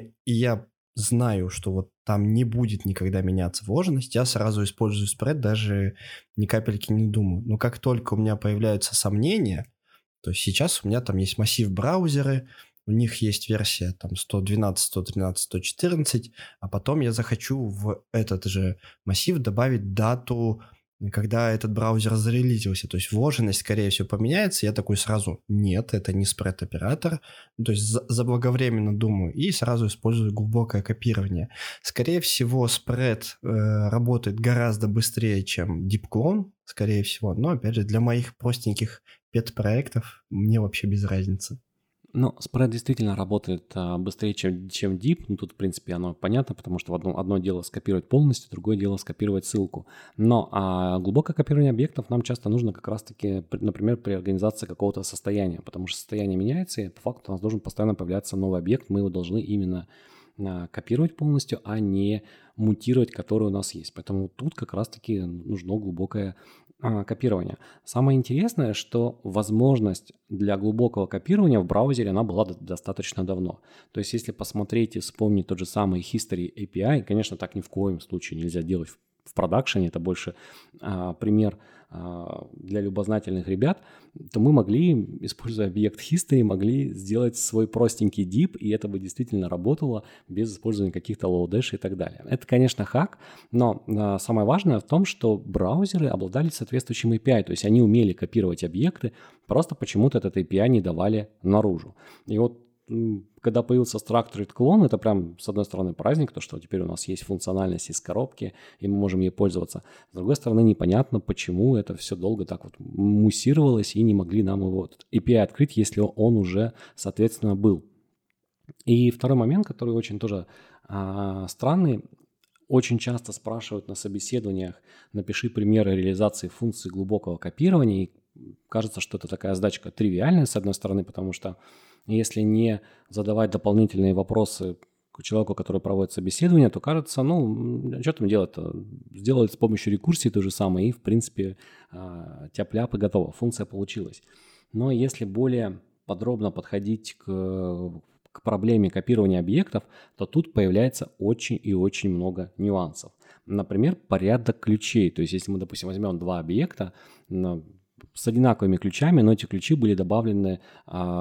я знаю, что вот там не будет никогда меняться вложенность, я сразу использую спред, даже ни капельки не думаю. Но как только у меня появляются сомнения, то есть сейчас у меня там есть массив браузеры, у них есть версия там 112, 113, 114, а потом я захочу в этот же массив добавить дату, когда этот браузер зарелизился. То есть вложенность, скорее всего, поменяется. Я такой сразу, нет, это не спред-оператор. То есть заблаговременно думаю и сразу использую глубокое копирование. Скорее всего, спред работает гораздо быстрее, чем deep-clone, скорее всего. Но, опять же, для моих простеньких пет-проектов мне вообще без разницы.
Ну, спред действительно работает быстрее, чем deep. Ну, тут, в принципе, оно понятно, потому что одно дело скопировать полностью, другое дело скопировать ссылку. Но глубокое копирование объектов нам часто нужно как раз-таки, например, при организации какого-то состояния, потому что состояние меняется, и по факту у нас должен постоянно появляться новый объект, мы его должны именно копировать полностью, а не мутировать, который у нас есть. Поэтому тут как раз-таки нужно глубокое копирования. Самое интересное, что возможность для глубокого копирования в браузере, она была достаточно давно. То есть если посмотреть и вспомнить тот же самый History API, конечно, так ни в коем случае нельзя делать в продакшене, это больше пример для любознательных ребят, то мы могли, используя объект history, могли сделать свой простенький div, и это бы действительно работало без использования каких-то low-dash и так далее. Это, конечно, хак, но самое важное в том, что браузеры обладали соответствующим API, то есть они умели копировать объекты, просто почему-то этот API не давали наружу. И вот когда появился Structured Clone, это прям, с одной стороны, праздник, то, что теперь у нас есть функциональность из коробки, и мы можем ей пользоваться. С другой стороны, непонятно, почему это все долго так вот муссировалось, и не могли нам его API открыть, если он уже, соответственно, был. И второй момент, который очень тоже странный, очень часто спрашивают на собеседованиях, напиши примеры реализации функции глубокого копирования, и кажется, что это такая задачка тривиальная, с одной стороны, потому что если не задавать дополнительные вопросы к человеку, который проводит собеседование, то кажется, что там делать-то? Сделать с помощью рекурсии то же самое, и, в принципе, тяп-ляп и готово, функция получилась. Но если более подробно подходить к проблеме копирования объектов, то тут появляется очень и очень много нюансов. Например, порядок ключей. То есть, если мы, допустим, возьмем два объекта, с одинаковыми ключами, но эти ключи были добавлены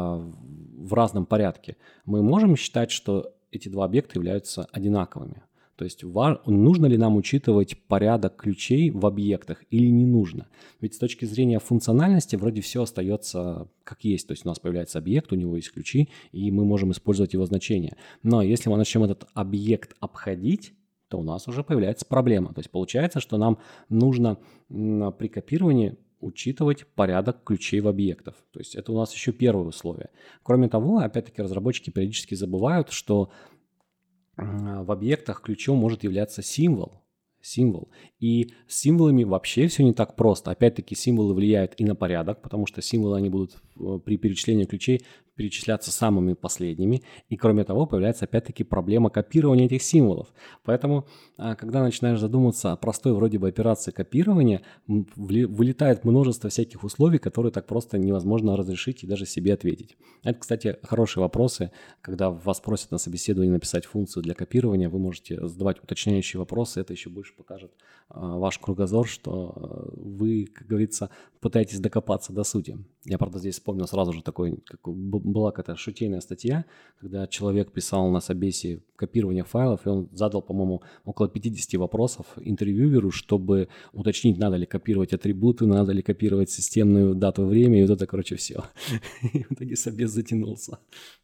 в разном порядке. Мы можем считать, что эти два объекта являются одинаковыми. То есть нужно ли нам учитывать порядок ключей в объектах или не нужно? Ведь с точки зрения функциональности вроде все остается как есть. То есть у нас появляется объект, у него есть ключи, и мы можем использовать его значения. Но если мы начнем этот объект обходить, то у нас уже появляется проблема. То есть получается, что нам нужно при копировании учитывать порядок ключей в объектах. То есть это у нас еще первое условие. Кроме того, опять-таки разработчики периодически забывают, что в объектах ключом может являться символ. И с символами вообще все не так просто. Опять-таки символы влияют и на порядок, потому что символы они будут при перечислении ключей перечисляться самыми последними. И кроме того, появляется опять-таки проблема копирования этих символов. Поэтому, когда начинаешь задумываться о простой вроде бы операции копирования, вылетает множество всяких условий, которые так просто невозможно разрешить и даже себе ответить. Это, кстати, хорошие вопросы. Когда вас просят на собеседовании написать функцию для копирования, вы можете задавать уточняющие вопросы. Это еще больше покажет ваш кругозор, что вы, как говорится, пытаетесь докопаться до сути. Я, правда, здесь вспомнил сразу же была какая-то шутейная статья, когда человек писал на собесе копирование файлов, и он задал, по-моему, около 50 вопросов интервьюеру, чтобы уточнить, надо ли копировать атрибуты, надо ли копировать системную дату, время, и вот это, короче, все. И в итоге собес затянулся.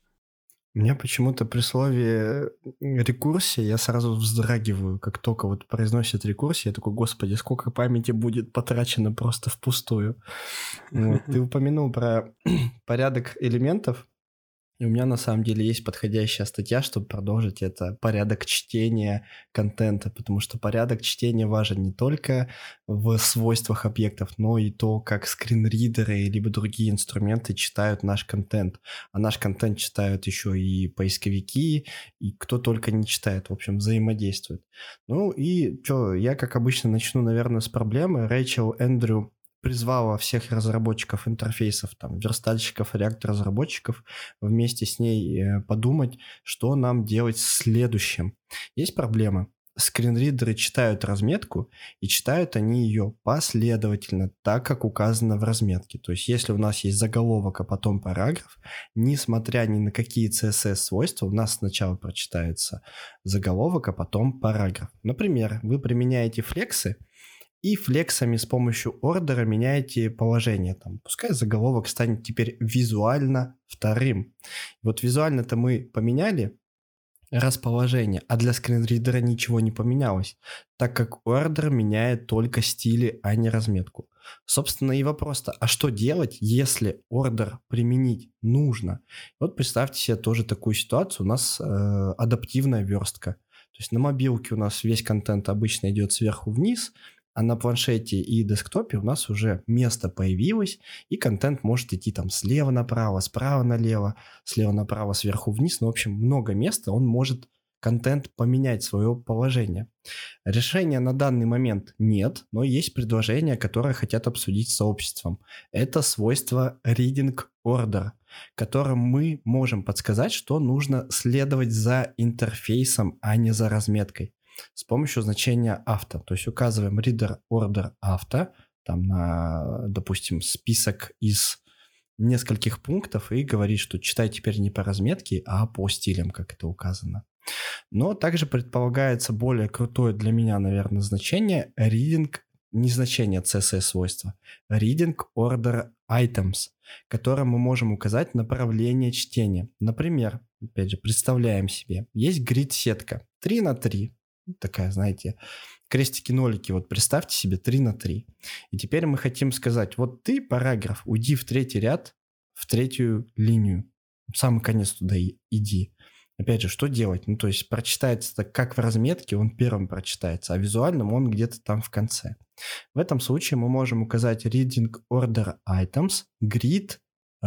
Мне почему-то при слове рекурсия я сразу вздрагиваю, как только вот произносят рекурсию, я такой, господи, сколько памяти будет потрачено просто впустую. Вот. Ты упомянул про порядок элементов, и у меня на самом деле есть подходящая статья, чтобы продолжить это порядок чтения контента, потому что порядок чтения важен не только в свойствах объектов, но и то, как скринридеры либо другие инструменты читают наш контент. А наш контент читают еще и поисковики, и кто только не читает, в общем, взаимодействует. Ну и что, я, как обычно, начну, наверное, с проблемы. Рэйчел Эндрю призвала всех разработчиков интерфейсов, там, верстальщиков, React-разработчиков вместе с ней подумать, что нам делать в следующем. Есть проблема. Скринридеры читают разметку, и читают они ее последовательно, так как указано в разметке. То есть, если у нас есть заголовок, а потом параграф, несмотря ни на какие CSS-свойства, у нас сначала прочитается заголовок, а потом параграф. Например, вы применяете флексы, и флексами с помощью ордера меняете положение. Там, пускай заголовок станет теперь визуально вторым. Вот визуально-то мы поменяли расположение, а для скринридера ничего не поменялось, так как ордер меняет только стили, а не разметку. Собственно, и вопрос-то, а что делать, если ордер применить нужно? Вот представьте себе тоже такую ситуацию, у нас адаптивная верстка. То есть на мобилке у нас весь контент обычно идет сверху вниз, а на планшете и десктопе у нас уже место появилось, и контент может идти там слева направо, справа налево, слева направо, сверху вниз. Ну, в общем, много места, он может контент поменять свое положение. Решения на данный момент нет, но есть предложения, которые хотят обсудить с сообществом. Это свойство Reading Order, которым мы можем подсказать, что нужно следовать за интерфейсом, а не за разметкой, с помощью значения авто. То есть указываем reader order авто, там на, допустим, список из нескольких пунктов и говорит, что читай теперь не по разметке, а по стилям, как это указано. Но также предполагается более крутое для меня, наверное, значение reading, не значение CSS-свойства, reading order items, которым мы можем указать направление чтения. Например, опять же, представляем себе, есть grid-сетка 3×3, такая, знаете, крестики-нолики, вот представьте себе 3×3. И теперь мы хотим сказать, вот ты, параграф, уйди в третий ряд, в третью линию, в самый конец туда иди. Опять же, что делать? Ну, то есть прочитается так, как в разметке, он первым прочитается, а визуальным он где-то там в конце. В этом случае мы можем указать reading order items, grid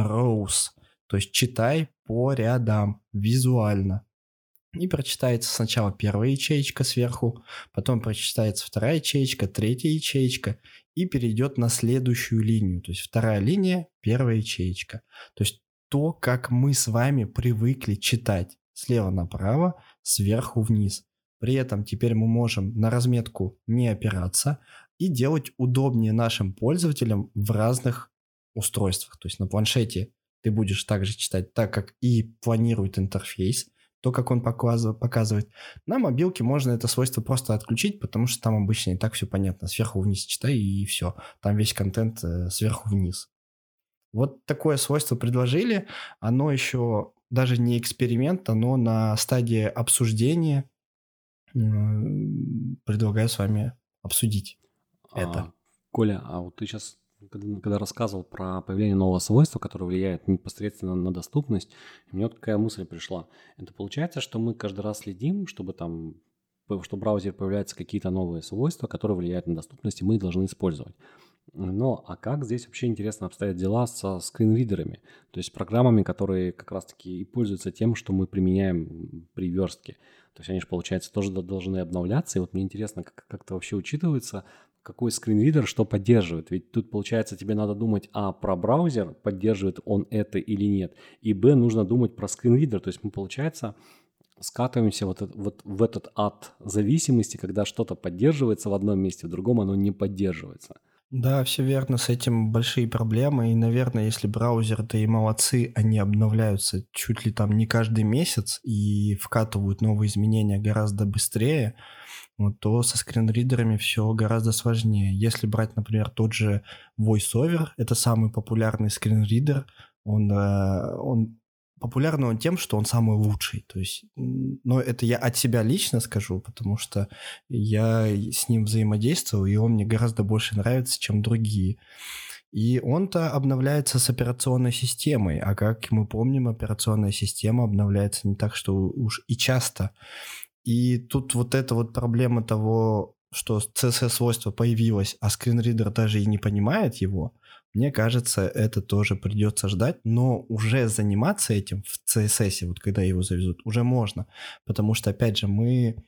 rows, то есть читай по рядам, визуально. И прочитается сначала первая ячеечка сверху, потом прочитается вторая ячеечка, третья ячеечка и перейдет на следующую линию. То есть вторая линия, первая ячеечка. То есть то, как мы с вами привыкли читать слева направо, сверху вниз. При этом теперь мы можем на разметку не опираться и делать удобнее нашим пользователям в разных устройствах. То есть на планшете ты будешь также читать так, как и планирует интерфейс, то, как он показывает. На мобилке можно это свойство просто отключить, потому что там обычно и так все понятно. Сверху вниз читай, и все. Там весь контент сверху вниз. Вот такое свойство предложили. Оно еще даже не эксперимент, оно на стадии обсуждения. Предлагаю с вами обсудить это.
Коля, а вот ты сейчас, когда рассказывал про появление нового свойства, которое влияет непосредственно на доступность, мне вот какая мысль пришла. Это получается, что мы каждый раз следим, что в браузере появляются какие-то новые свойства, которые влияют на доступность, и мы их должны использовать. Но а как здесь вообще интересно обстоят дела со скринридерами, то есть программами, которые как раз-таки и пользуются тем, что мы применяем при верстке. То есть они же, получается, тоже должны обновляться. И вот мне интересно, как это вообще учитывается, какой скринридер что поддерживает. Ведь тут, получается, тебе надо думать, про браузер, поддерживает он это или нет, и нужно думать про скринридер. То есть мы, получается, скатываемся вот в этот ад зависимости, когда что-то поддерживается в одном месте, в другом оно не поддерживается.
Да, все верно, с этим большие проблемы, и, наверное, если браузеры-то и молодцы, они обновляются чуть ли там не каждый месяц и вкатывают новые изменения гораздо быстрее, вот, то со скринридерами все гораздо сложнее. Если брать, например, тот же VoiceOver, это самый популярный скринридер, он популярный он тем, что он самый лучший. То есть, но это я от себя лично скажу, потому что я с ним взаимодействовал, и он мне гораздо больше нравится, чем другие. И он-то обновляется с операционной системой, а как мы помним, операционная система обновляется не так, что уж и часто. И тут вот эта вот проблема того, что CSS-свойство появилось, а скринридер даже и не понимает его, мне кажется, это тоже придется ждать, но уже заниматься этим в CSS, вот когда его завезут, уже можно, потому что, опять же,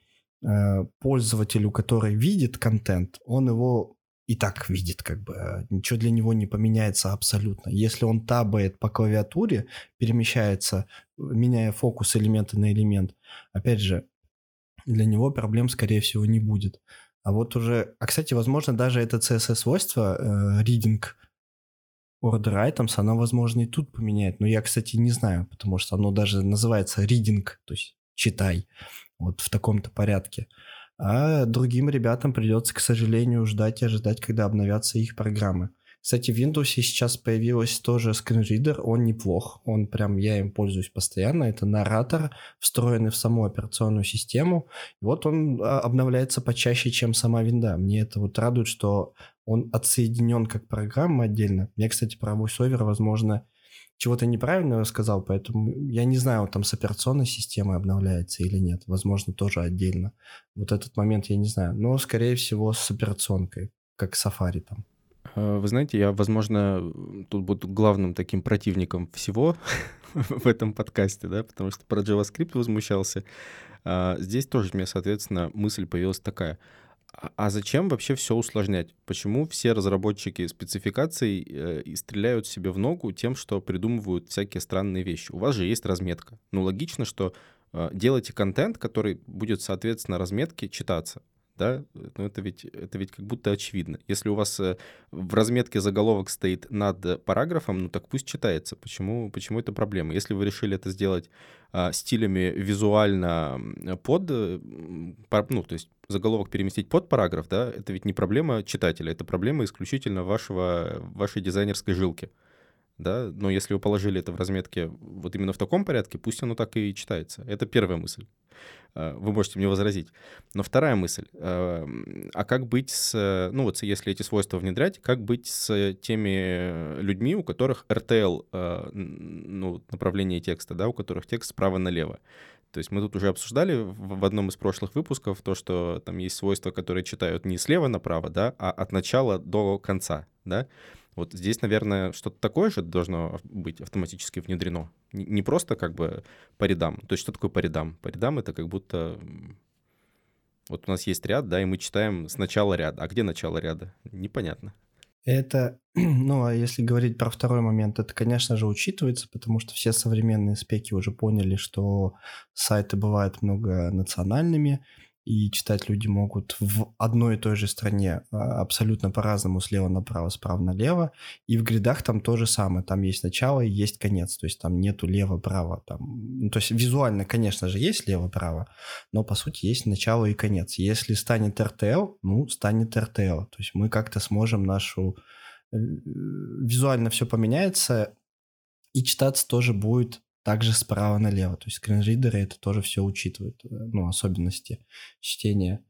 пользователю, который видит контент, он его и так видит, как бы, ничего для него не поменяется абсолютно. Если он табает по клавиатуре, перемещается, меняя фокус элемента на элемент, опять же, для него проблем, скорее всего, не будет. А вот уже, кстати, возможно, даже это CSS-свойство, reading order items, оно, возможно, и тут поменяет. Но я, кстати, не знаю, потому что оно даже называется reading, то есть читай, вот в таком-то порядке. А другим ребятам придется, к сожалению, ждать и ожидать, когда обновятся их программы. Кстати, в Windows сейчас появился тоже скринридер, он неплох, я им пользуюсь постоянно, это наратор, встроенный в саму операционную систему, и вот он обновляется почаще, чем сама винда. Мне это вот радует, что он отсоединен как программа отдельно. Я, кстати, про VoiceOver, возможно, чего-то неправильного сказал, поэтому я не знаю, он там с операционной системой обновляется или нет, возможно, тоже отдельно. Вот этот момент я не знаю, но, скорее всего, с операционкой, как Safari там.
Вы знаете, я, возможно, тут буду главным таким противником всего в этом подкасте, да, потому что про JavaScript возмущался. Здесь тоже у меня, соответственно, мысль появилась такая. А зачем вообще все усложнять? Почему все разработчики спецификаций и стреляют себе в ногу тем, что придумывают всякие странные вещи? У вас же есть разметка. Ну, логично, что делайте контент, который будет, соответственно, разметке читаться. Да? Ну, это ведь как будто очевидно. Если у вас в разметке заголовок стоит над параграфом, ну так пусть читается. Почему это проблема? Если вы решили это сделать стилями визуально то есть заголовок переместить под параграф, да, это ведь не проблема читателя, это проблема исключительно вашей дизайнерской жилки. Да? Но если вы положили это в разметке вот именно в таком порядке, пусть оно так и читается. Это первая мысль. Вы можете мне возразить. Но вторая мысль. А как быть если эти свойства внедрять, как быть с теми людьми, у которых RTL, направление текста, да, у которых текст справа налево? То есть мы тут уже обсуждали в одном из прошлых выпусков то, что там есть свойства, которые читают не слева направо, да, а от начала до конца, да. Вот здесь, наверное, что-то такое же должно быть автоматически внедрено. Не просто как бы по рядам. То есть что такое по рядам? По рядам это как будто... Вот у нас есть ряд, да, и мы читаем с начала ряда. А где начало ряда? Непонятно.
Это, а если говорить про второй момент, это, конечно же, учитывается, потому что все современные спеки уже поняли, что сайты бывают многонациональными, и читать люди могут в одной и той же стране абсолютно по-разному, слева направо, справа налево, и в гридах там то же самое, там есть начало и есть конец, то есть там нету лево-право, то есть визуально, конечно же, есть лево-право, но по сути есть начало и конец. Если станет RTL, станет RTL, то есть мы как-то сможем визуально все поменяется, и читаться тоже будет также справа налево. То есть скринридеры это тоже все учитывают, особенности чтения.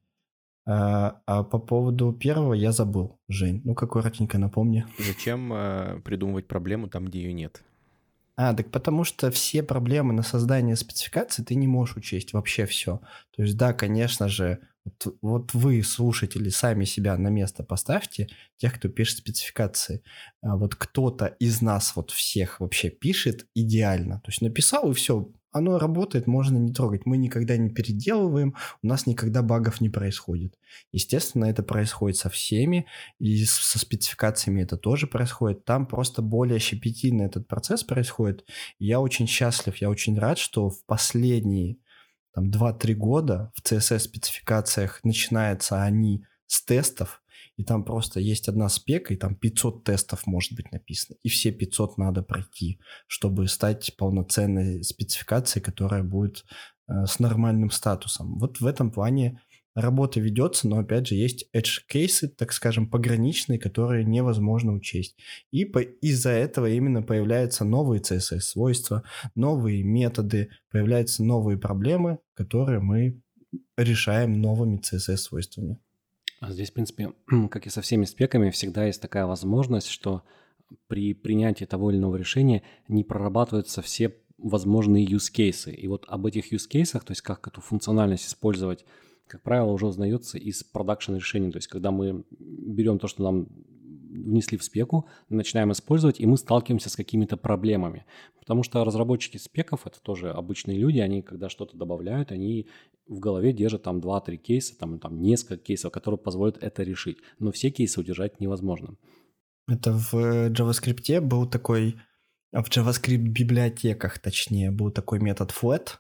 А по поводу первого я забыл, Жень. Ну-ка, коротенько напомни.
Зачем придумывать проблему там, где ее нет?
Так потому что все проблемы на создание спецификации ты не можешь учесть, вообще все. То есть да, конечно же, вот вы, слушатели, сами себя на место поставьте, тех, кто пишет спецификации. Вот кто-то из нас вот всех вообще пишет идеально. То есть написал и все, оно работает, можно не трогать. Мы никогда не переделываем, у нас никогда багов не происходит. Естественно, это происходит со всеми, и со спецификациями это тоже происходит. Там просто более щепетильно этот процесс происходит. Я очень счастлив, я очень рад, что в последние 2-3 года в CSS-спецификациях начинаются они с тестов, и там просто есть одна спека, и там 500 тестов может быть написано. И все 500 надо пройти, чтобы стать полноценной спецификацией, которая будет с нормальным статусом. Вот в этом плане работа ведется, но опять же есть edge-кейсы, так скажем, пограничные, которые невозможно учесть. И из-за этого именно появляются новые CSS-свойства, новые методы, появляются новые проблемы, которые мы решаем новыми CSS-свойствами.
Здесь, в принципе, как и со всеми спеками, всегда есть такая возможность, что при принятии того или иного решения не прорабатываются все возможные use-кейсы. И вот об этих use-кейсах, то есть как эту функциональность использовать, как правило, уже узнается из продакшн решений. То есть когда мы берем то, что нам внесли в спеку, начинаем использовать, и мы сталкиваемся с какими-то проблемами. Потому что разработчики спеков – это тоже обычные люди, они когда что-то добавляют, они в голове держат там 2-3 кейса, там несколько кейсов, которые позволят это решить. Но все кейсы удержать невозможно.
Это в JavaScript был такой, в JavaScript-библиотеках, точнее, был такой метод flat,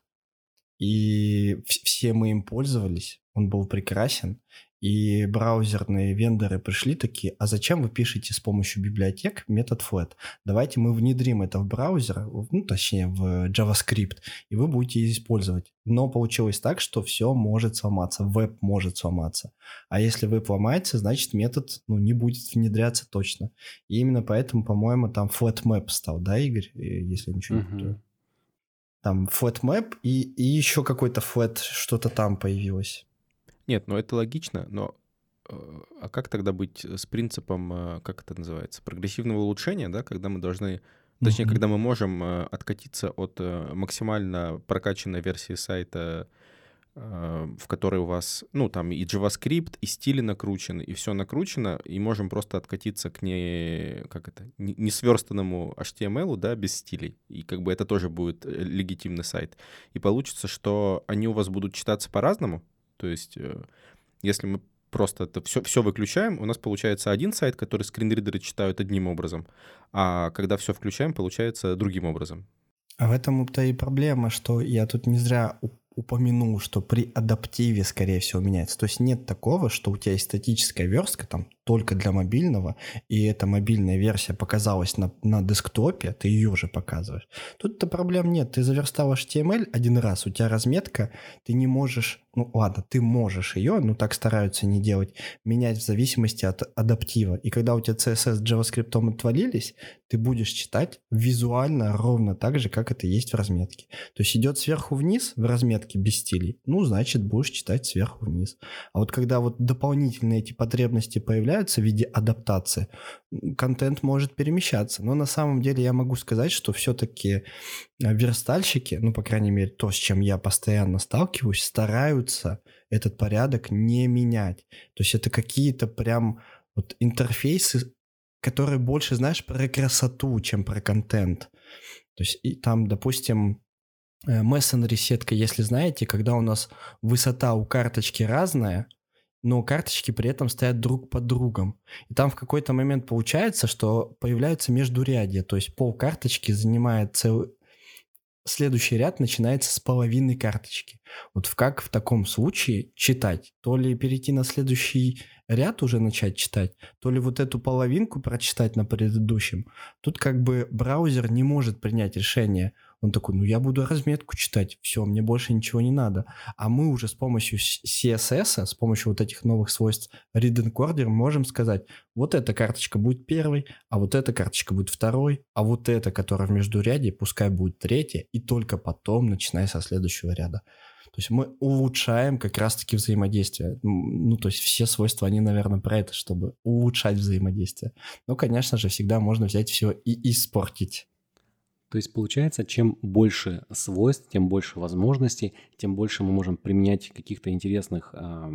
и все мы им пользовались, он был прекрасен, и браузерные вендоры пришли такие: а зачем вы пишете с помощью библиотек метод flat? Давайте мы внедрим это в браузер, точнее в JavaScript, и вы будете использовать. Но получилось так, что все может сломаться, веб может сломаться. А если веб ломается, значит метод не будет внедряться точно. И именно поэтому, по-моему, там flatmap стал, да, Игорь, если ничего не путаю? Там flatmap и еще какой-то flat, что-то там появилось.
Нет, это логично, но а как тогда быть с принципом, как это называется, прогрессивного улучшения, да, когда мы должны, точнее, когда мы можем откатиться от максимально прокачанной версии сайта, в которой у вас, там и JavaScript, и стили накручены, и все накручено, и можем просто откатиться к несверстанному HTML, да, без стилей. И это тоже будет легитимный сайт. И получится, что они у вас будут читаться по-разному. То есть, если мы просто это все выключаем, у нас получается один сайт, который скринридеры читают одним образом, а когда все включаем, получается другим образом.
А в этом-то и проблема, что я тут не зря упомянул, что при адаптиве, скорее всего, меняется. То есть нет такого, что у тебя есть статическая верстка там только для мобильного, и эта мобильная версия показалась на десктопе, ты ее уже показываешь. Тут-то проблем нет. Ты заверстал HTML один раз, у тебя разметка, ты не можешь, ты можешь ее, но так стараются не делать, менять в зависимости от адаптива. И когда у тебя CSS с JavaScript отвалились, ты будешь читать визуально ровно так же, как это есть в разметке. То есть идет сверху вниз в разметке без стилей, значит, будешь читать сверху вниз. А вот когда дополнительные эти потребности появляются в виде адаптации, контент может перемещаться. Но на самом деле я могу сказать, что все-таки верстальщики, по крайней мере, то, с чем я постоянно сталкиваюсь, стараются этот порядок не менять. То есть это какие-то прям интерфейсы, которые больше, знаешь, про красоту, чем про контент. То есть и там, допустим, мессен-ресетка, если знаете, когда у нас высота у карточки разная, но карточки при этом стоят друг под другом. И там в какой-то момент получается, что появляются междурядья, то есть пол карточки занимает следующий ряд начинается с половины карточки. Вот как в таком случае читать? То ли перейти на следующий ряд уже начать читать, то ли вот эту половинку прочитать на предыдущем. Тут как бы браузер не может принять решение. Он такой, ну я буду разметку читать, все, мне больше ничего не надо. А мы уже с помощью CSS, с помощью вот этих новых свойств Read Encoder можем сказать, вот эта карточка будет первой, а вот эта карточка будет второй, а вот эта, которая в междуряде, пускай будет третья, и только потом начиная со следующего ряда. То есть мы улучшаем как раз-таки взаимодействие. Ну, то есть все свойства, они, наверное, про это, чтобы улучшать взаимодействие. Но, конечно же, всегда можно взять все и испортить.
То есть получается, чем больше свойств, тем больше возможностей, тем больше мы можем применять каких-то интересных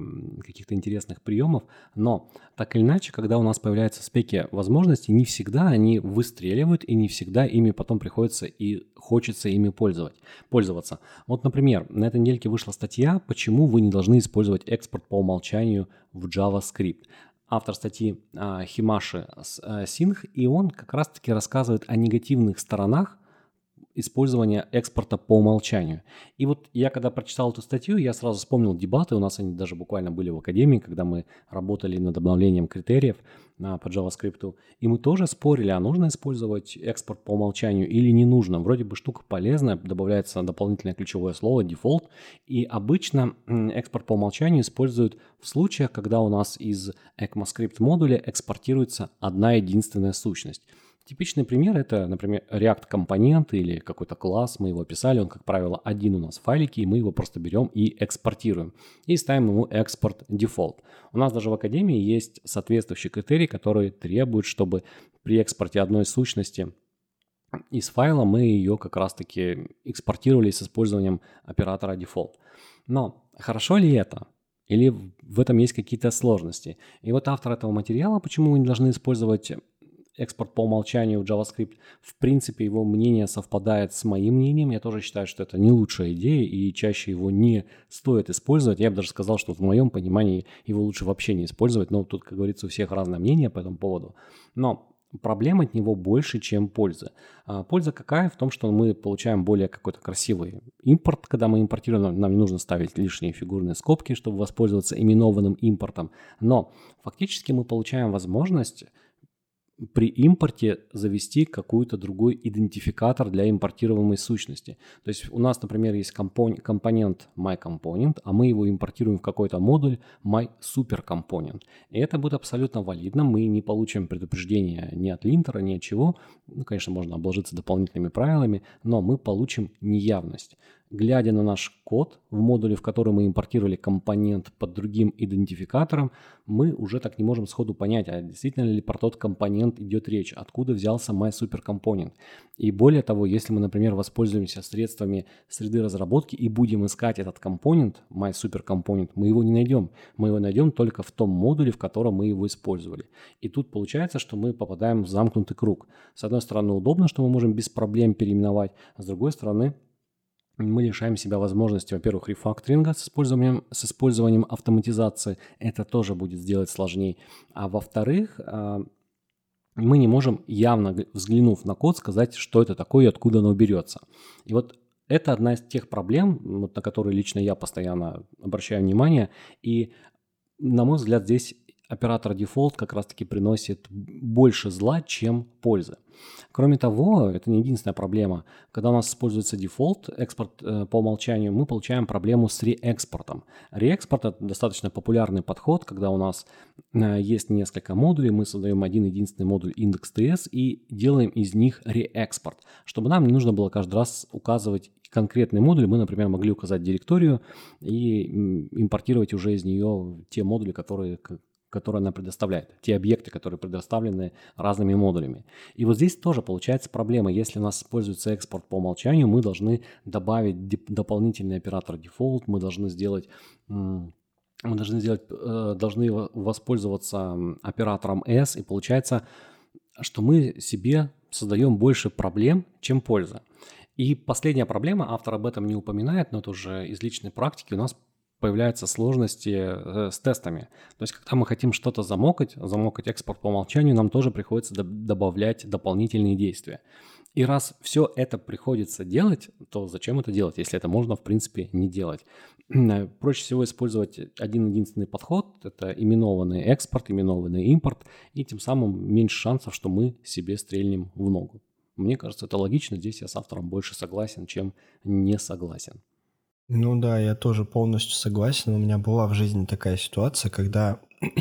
приемов. Но так или иначе, когда у нас появляются в спеке возможности, не всегда они выстреливают и не всегда ими потом приходится и хочется ими пользоваться. Вот, например, на этой недельке вышла статья, почему вы не должны использовать экспорт по умолчанию в JavaScript. Автор статьи Химаши Сингх, и он как раз-таки рассказывает о негативных сторонах использования экспорта по умолчанию. И вот я когда прочитал эту статью, я сразу вспомнил дебаты, у нас они даже буквально были в академии, когда мы работали над обновлением критериев по JavaScript, и мы тоже спорили, а нужно использовать экспорт по умолчанию или не нужно. Вроде бы штука полезная, добавляется дополнительное ключевое слово default, и обычно экспорт по умолчанию используют в случаях, когда у нас из ECMAScript модуля экспортируется одна единственная сущность. Типичный пример – это, например, React-компонент или какой-то класс, мы его описали, он, как правило, один у нас в файлике, и мы его просто берем и экспортируем. И ставим ему экспорт default. У нас даже в Академии есть соответствующий критерий, который требует, чтобы при экспорте одной сущности из файла мы ее как раз-таки экспортировали с использованием оператора default. Но хорошо ли это? Или в этом есть какие-то сложности? И вот автор этого материала, почему мы не должны использовать экспорт по умолчанию в JavaScript, в принципе, его мнение совпадает с моим мнением. Я тоже считаю, что это не лучшая идея, и чаще его не стоит использовать. Я бы даже сказал, что в моем понимании его лучше вообще не использовать. Но тут, как говорится, у всех разное мнение по этому поводу. Но проблем от него больше, чем пользы. Польза какая? В том, что мы получаем более какой-то красивый импорт. Когда мы импортируем, нам не нужно ставить лишние фигурные скобки, чтобы воспользоваться именованным импортом. Но фактически мы получаем возможность при импорте завести какой-то другой идентификатор для импортируемой сущности. То есть у нас, например, есть компонент myComponent, а мы его импортируем в какой-то модуль mySuperComponent. И это будет абсолютно валидно. Мы не получим предупреждения ни от линтера, ни от чего. Ну, конечно, можно обложиться дополнительными правилами, но мы получим неявность. Глядя на наш код в модуле, в который мы импортировали компонент под другим идентификатором, мы уже так не можем сходу понять, а действительно ли про тот компонент идет речь, откуда взялся mySuperComponent. И более того, если мы, например, воспользуемся средствами среды разработки и будем искать этот компонент, mySuperComponent, мы его не найдем. Мы его найдем только в том модуле, в котором мы его использовали. И тут получается, что мы попадаем в замкнутый круг. С одной стороны, удобно, что мы можем без проблем переименовать, а с другой стороны, мы лишаем себя возможности, во-первых, рефакторинга с использованием автоматизации. Это тоже будет сделать сложнее. А во-вторых, мы не можем, явно взглянув на код, сказать, что это такое и откуда оно берется. И вот это одна из тех проблем, на которые лично я постоянно обращаю внимание. И, на мой взгляд, здесь оператор default как раз-таки приносит больше зла, чем пользы. Кроме того, это не единственная проблема. Когда у нас используется дефолт, экспорт по умолчанию, мы получаем проблему с реэкспортом. Реэкспорт – это достаточно популярный подход, когда у нас есть несколько модулей, мы создаем один единственный модуль index.ts и делаем из них реэкспорт. Чтобы нам не нужно было каждый раз указывать конкретный модуль, мы, например, могли указать директорию и импортировать уже из нее те модули, которые она предоставляет, те объекты, которые предоставлены разными модулями. И вот здесь тоже получается проблема. Если у нас используется экспорт по умолчанию, мы должны добавить дополнительный оператор default, мы должны воспользоваться оператором S, и получается, что мы себе создаем больше проблем, чем пользы. И последняя проблема, автор об этом не упоминает, но это уже из личной практики, у нас появляются сложности с тестами. То есть, когда мы хотим что-то замокать экспорт по умолчанию, нам тоже приходится добавлять дополнительные действия. И раз все это приходится делать, то зачем это делать, если это можно, в принципе, не делать? Проще всего использовать один единственный подход – это именованный экспорт, именованный импорт, и тем самым меньше шансов, что мы себе стрельнем в ногу. Мне кажется, это логично, здесь я с автором больше согласен, чем не согласен.
Ну да, я тоже полностью согласен. У меня была в жизни такая ситуация, когда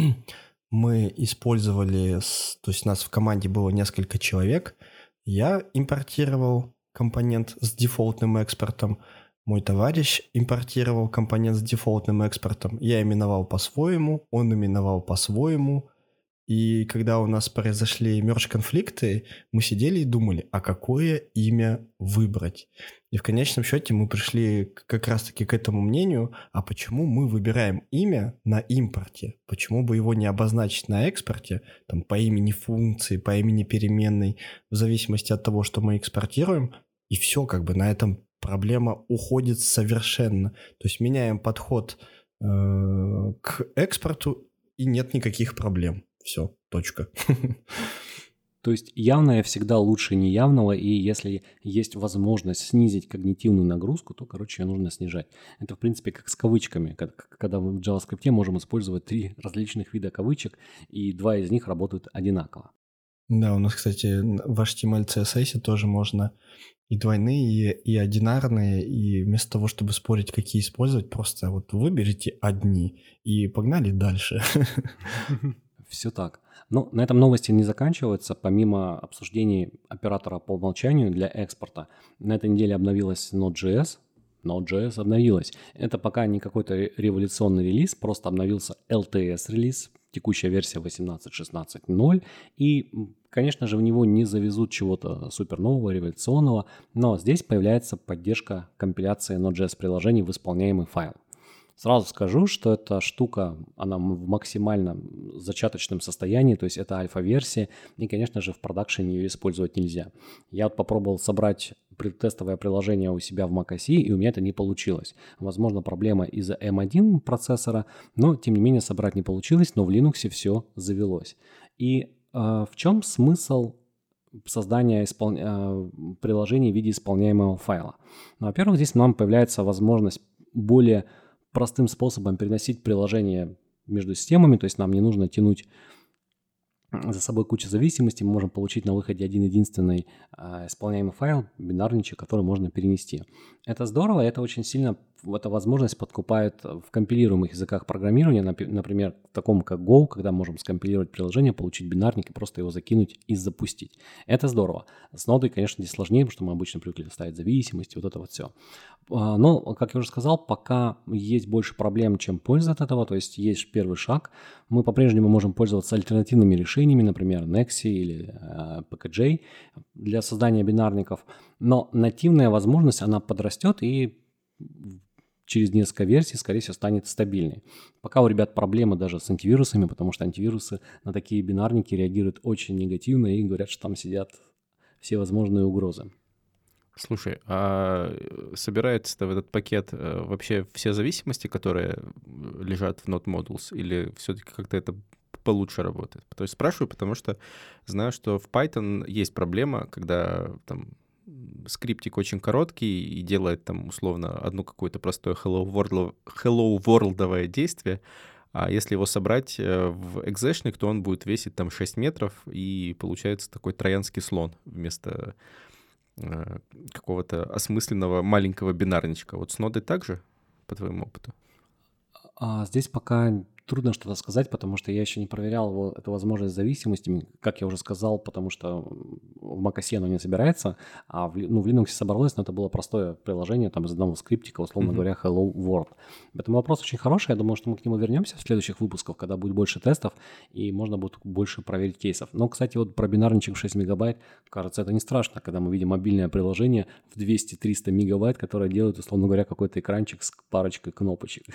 мы использовали, то есть у нас в команде было несколько человек, я импортировал компонент с дефолтным экспортом, мой товарищ импортировал компонент с дефолтным экспортом, я именовал по-своему, он именовал по-своему, и когда у нас произошли мердж-конфликты, мы сидели и думали, а какое имя выбрать. И в конечном счете мы пришли как раз-таки к этому мнению, а почему мы выбираем имя на импорте? Почему бы его не обозначить на экспорте, там, по имени функции, по имени переменной, в зависимости от того, что мы экспортируем, и все, как бы на этом проблема уходит совершенно. То есть меняем подход к экспорту, и нет никаких проблем. Все, точка.
То есть явное всегда лучше неявного, и если есть возможность снизить когнитивную нагрузку, то, короче, ее нужно снижать. Это, в принципе, как с кавычками, когда мы в JavaScript можем использовать 3 различных вида кавычек, и 2 из них работают одинаково.
Да, у нас, кстати, в HTML, CSS тоже можно и двойные, и одинарные, и вместо того, чтобы спорить, какие использовать, просто вот выберите одни и погнали дальше.
Все так. Но на этом новости не заканчиваются. Помимо обсуждений оператора по умолчанию для экспорта, на этой неделе обновилась Node.js. Node.js обновилась. Это пока не какой-то революционный релиз, просто обновился LTS-релиз, текущая версия 18.16.0. И, конечно же, в него не завезут чего-то супер нового, революционного, но здесь появляется поддержка компиляции Node.js приложений в исполняемый файл. Сразу скажу, что эта штука, она в максимальном зачаточном состоянии, то есть это альфа-версия, и, конечно же, в продакшене ее использовать нельзя. Я вот попробовал собрать предтестовое приложение у себя в macOS, и у меня это не получилось. Возможно, проблема из-за M1 процессора, но, тем не менее, собрать не получилось, но в Linux все завелось. И в чем смысл создания приложений в виде исполняемого файла? Ну, во-первых, здесь нам появляется возможность более простым способом переносить приложение между системами, то есть нам не нужно тянуть за собой кучу зависимостей, мы можем получить на выходе один единственный исполняемый файл, бинарничек, который можно перенести. Это здорово, это очень сильно, эта возможность подкупает в компилируемых языках программирования, например, в таком как Go, когда можем скомпилировать приложение, получить бинарник и просто его закинуть и запустить. Это здорово. С нодой, конечно, здесь сложнее, потому что мы обычно привыкли ставить зависимости, вот это вот все. Но, как я уже сказал, пока есть больше проблем, чем пользы от этого, то есть есть первый шаг. Мы по-прежнему можем пользоваться альтернативными решениями, например, Nexi или PKJ для создания бинарников, но нативная возможность, она подрастет и через несколько версий, скорее всего, станет стабильной. Пока у ребят проблемы даже с антивирусами, потому что антивирусы на такие бинарники реагируют очень негативно и говорят, что там сидят все возможные угрозы.
Слушай, а собирается-то в этот пакет вообще все зависимости, которые лежат в Node Modules, или все-таки как-то это получше работает? То есть спрашиваю, потому что знаю, что в Python есть проблема, когда там скриптик очень короткий и делает там условно одно какое-то простое hello world-овое действие, а если его собрать в экзешник, то он будет весить там 6 метров, и получается такой троянский слон вместо какого-то осмысленного маленького бинарничка. Вот с нодой также, по твоему опыту?
Здесь пока трудно что-то сказать, потому что я еще не проверял эту возможность зависимости, как я уже сказал, потому что в macOS оно не собирается, а в Linux собралось, но это было простое приложение там, из одного скриптика, условно говоря, Hello World. Поэтому вопрос очень хороший, я думаю, что мы к нему вернемся в следующих выпусках, когда будет больше тестов и можно будет больше проверить кейсов. Но, кстати, вот про бинарничек в 6 мегабайт, кажется, это не страшно, когда мы видим мобильное приложение в 200-300 мегабайт, которое делает, условно говоря, какой-то экранчик с парочкой кнопочек.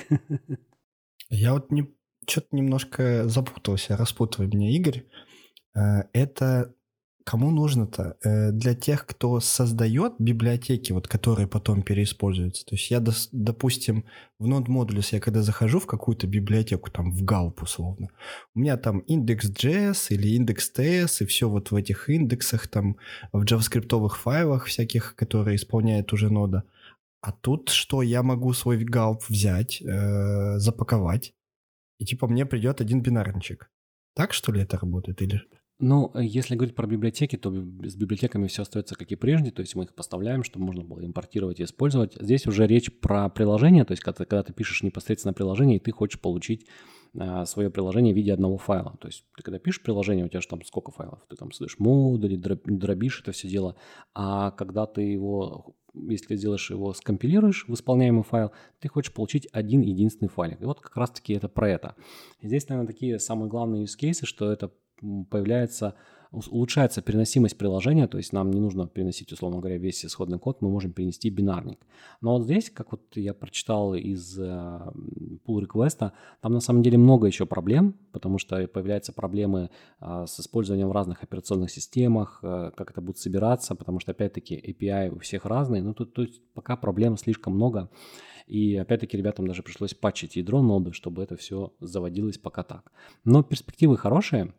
Я вот что-то немножко запутался, распутывай меня, Игорь. Это кому нужно-то? Для тех, кто создает библиотеки, вот, которые потом переиспользуются. То есть я, допустим, в Node-Modules, я когда захожу в какую-то библиотеку, там в Gulp условно, у меня там index.js или index.ts, и все вот в этих индексах, там в JavaScript файлах всяких, которые исполняет уже нода. А тут что? Я могу свой Gulp взять, запаковать, и типа мне придет один бинарничек. Так, что ли, это работает? Или...
Ну, если говорить про библиотеки, то с библиотеками все остается как и прежде, то есть мы их поставляем, чтобы можно было импортировать и использовать. Здесь уже речь про приложение, то есть когда ты пишешь непосредственно приложение, и ты хочешь получить свое приложение в виде одного файла. То есть ты когда пишешь приложение, у тебя же там сколько файлов? Ты там создаешь модули, дробишь это все дело, а когда ты его... Если сделаешь его, скомпилируешь в исполняемый файл, ты хочешь получить один единственный файлик. И вот как раз-таки это про это. И здесь, наверное, такие самые главные use cases, что это появляется, улучшается переносимость приложения, то есть нам не нужно переносить, условно говоря, весь исходный код, мы можем перенести бинарник. Но вот здесь, как вот я прочитал из pull request, там на самом деле много еще проблем, потому что появляются проблемы с использованием в разных операционных системах, как это будет собираться, потому что, опять-таки, API у всех разные, но тут пока проблем слишком много. И опять-таки ребятам даже пришлось патчить ядро ноды, чтобы это все заводилось пока так. Но перспективы хорошие.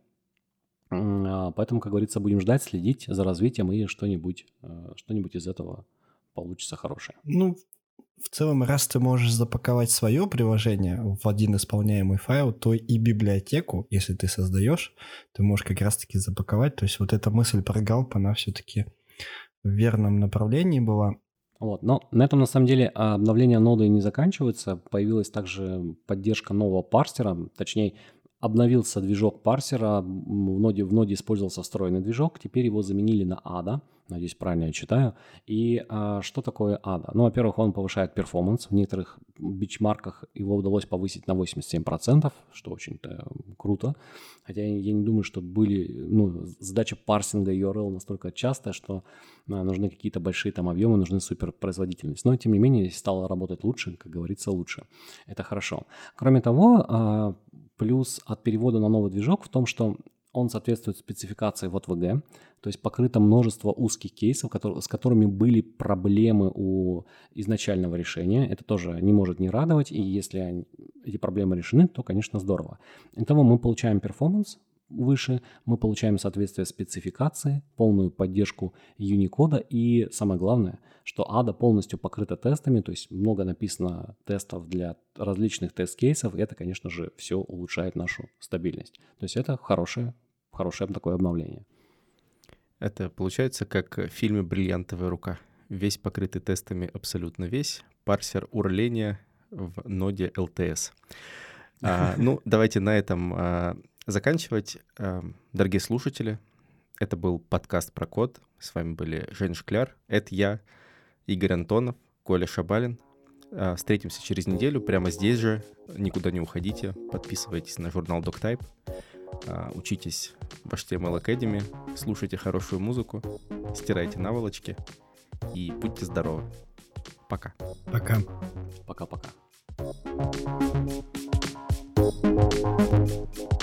Поэтому, как говорится, будем ждать, следить за развитием, и что-нибудь из этого получится хорошее.
Ну, в целом, раз ты можешь запаковать свое приложение в один исполняемый файл, то и библиотеку, если ты создаешь, ты можешь как раз-таки запаковать. То есть вот эта мысль про Gulp, она все-таки в верном направлении была.
Вот. Но на этом, на самом деле, обновления ноды не заканчиваются. Появилась также поддержка нового парсера, точнее, обновился движок парсера, в ноде использовался встроенный движок, теперь его заменили на ADA, надеюсь, правильно я читаю. И что такое ADA? Ну, во-первых, он повышает перформанс, в некоторых бенчмарках его удалось повысить на 87%, что очень-то круто, хотя я не думаю, что задача парсинга URL настолько частая, что нужны какие-то большие там объемы, нужны суперпроизводительность, но, тем не менее, стало работать лучше, как говорится, лучше. Это хорошо. Кроме того, плюс от перевода на новый движок в том, что он соответствует спецификации в OTWG, то есть покрыто множество узких кейсов, с которыми были проблемы у изначального решения. Это тоже не может не радовать, и если эти проблемы решены, то, конечно, здорово. Итого мы получаем перформанс выше, мы получаем соответствие спецификации, полную поддержку Unicode, и самое главное, что ADA полностью покрыта тестами, то есть много написано тестов для различных тест-кейсов, и это, конечно же, все улучшает нашу стабильность. То есть это хорошее такое обновление.
Это получается как в фильме «Бриллиантовая рука». Весь покрытый тестами абсолютно весь, парсер урления в ноде LTS. Давайте на этом заканчивать. Дорогие слушатели, это был подкаст про код. С вами были Женя Шкляр, это я, Игорь Антонов, Коля Шабалин. Встретимся через неделю прямо здесь же. Никуда не уходите. Подписывайтесь на журнал DocType. Учитесь в HTML Academy. Слушайте хорошую музыку. Стирайте наволочки. И будьте здоровы. Пока.
Пока.
Пока-пока.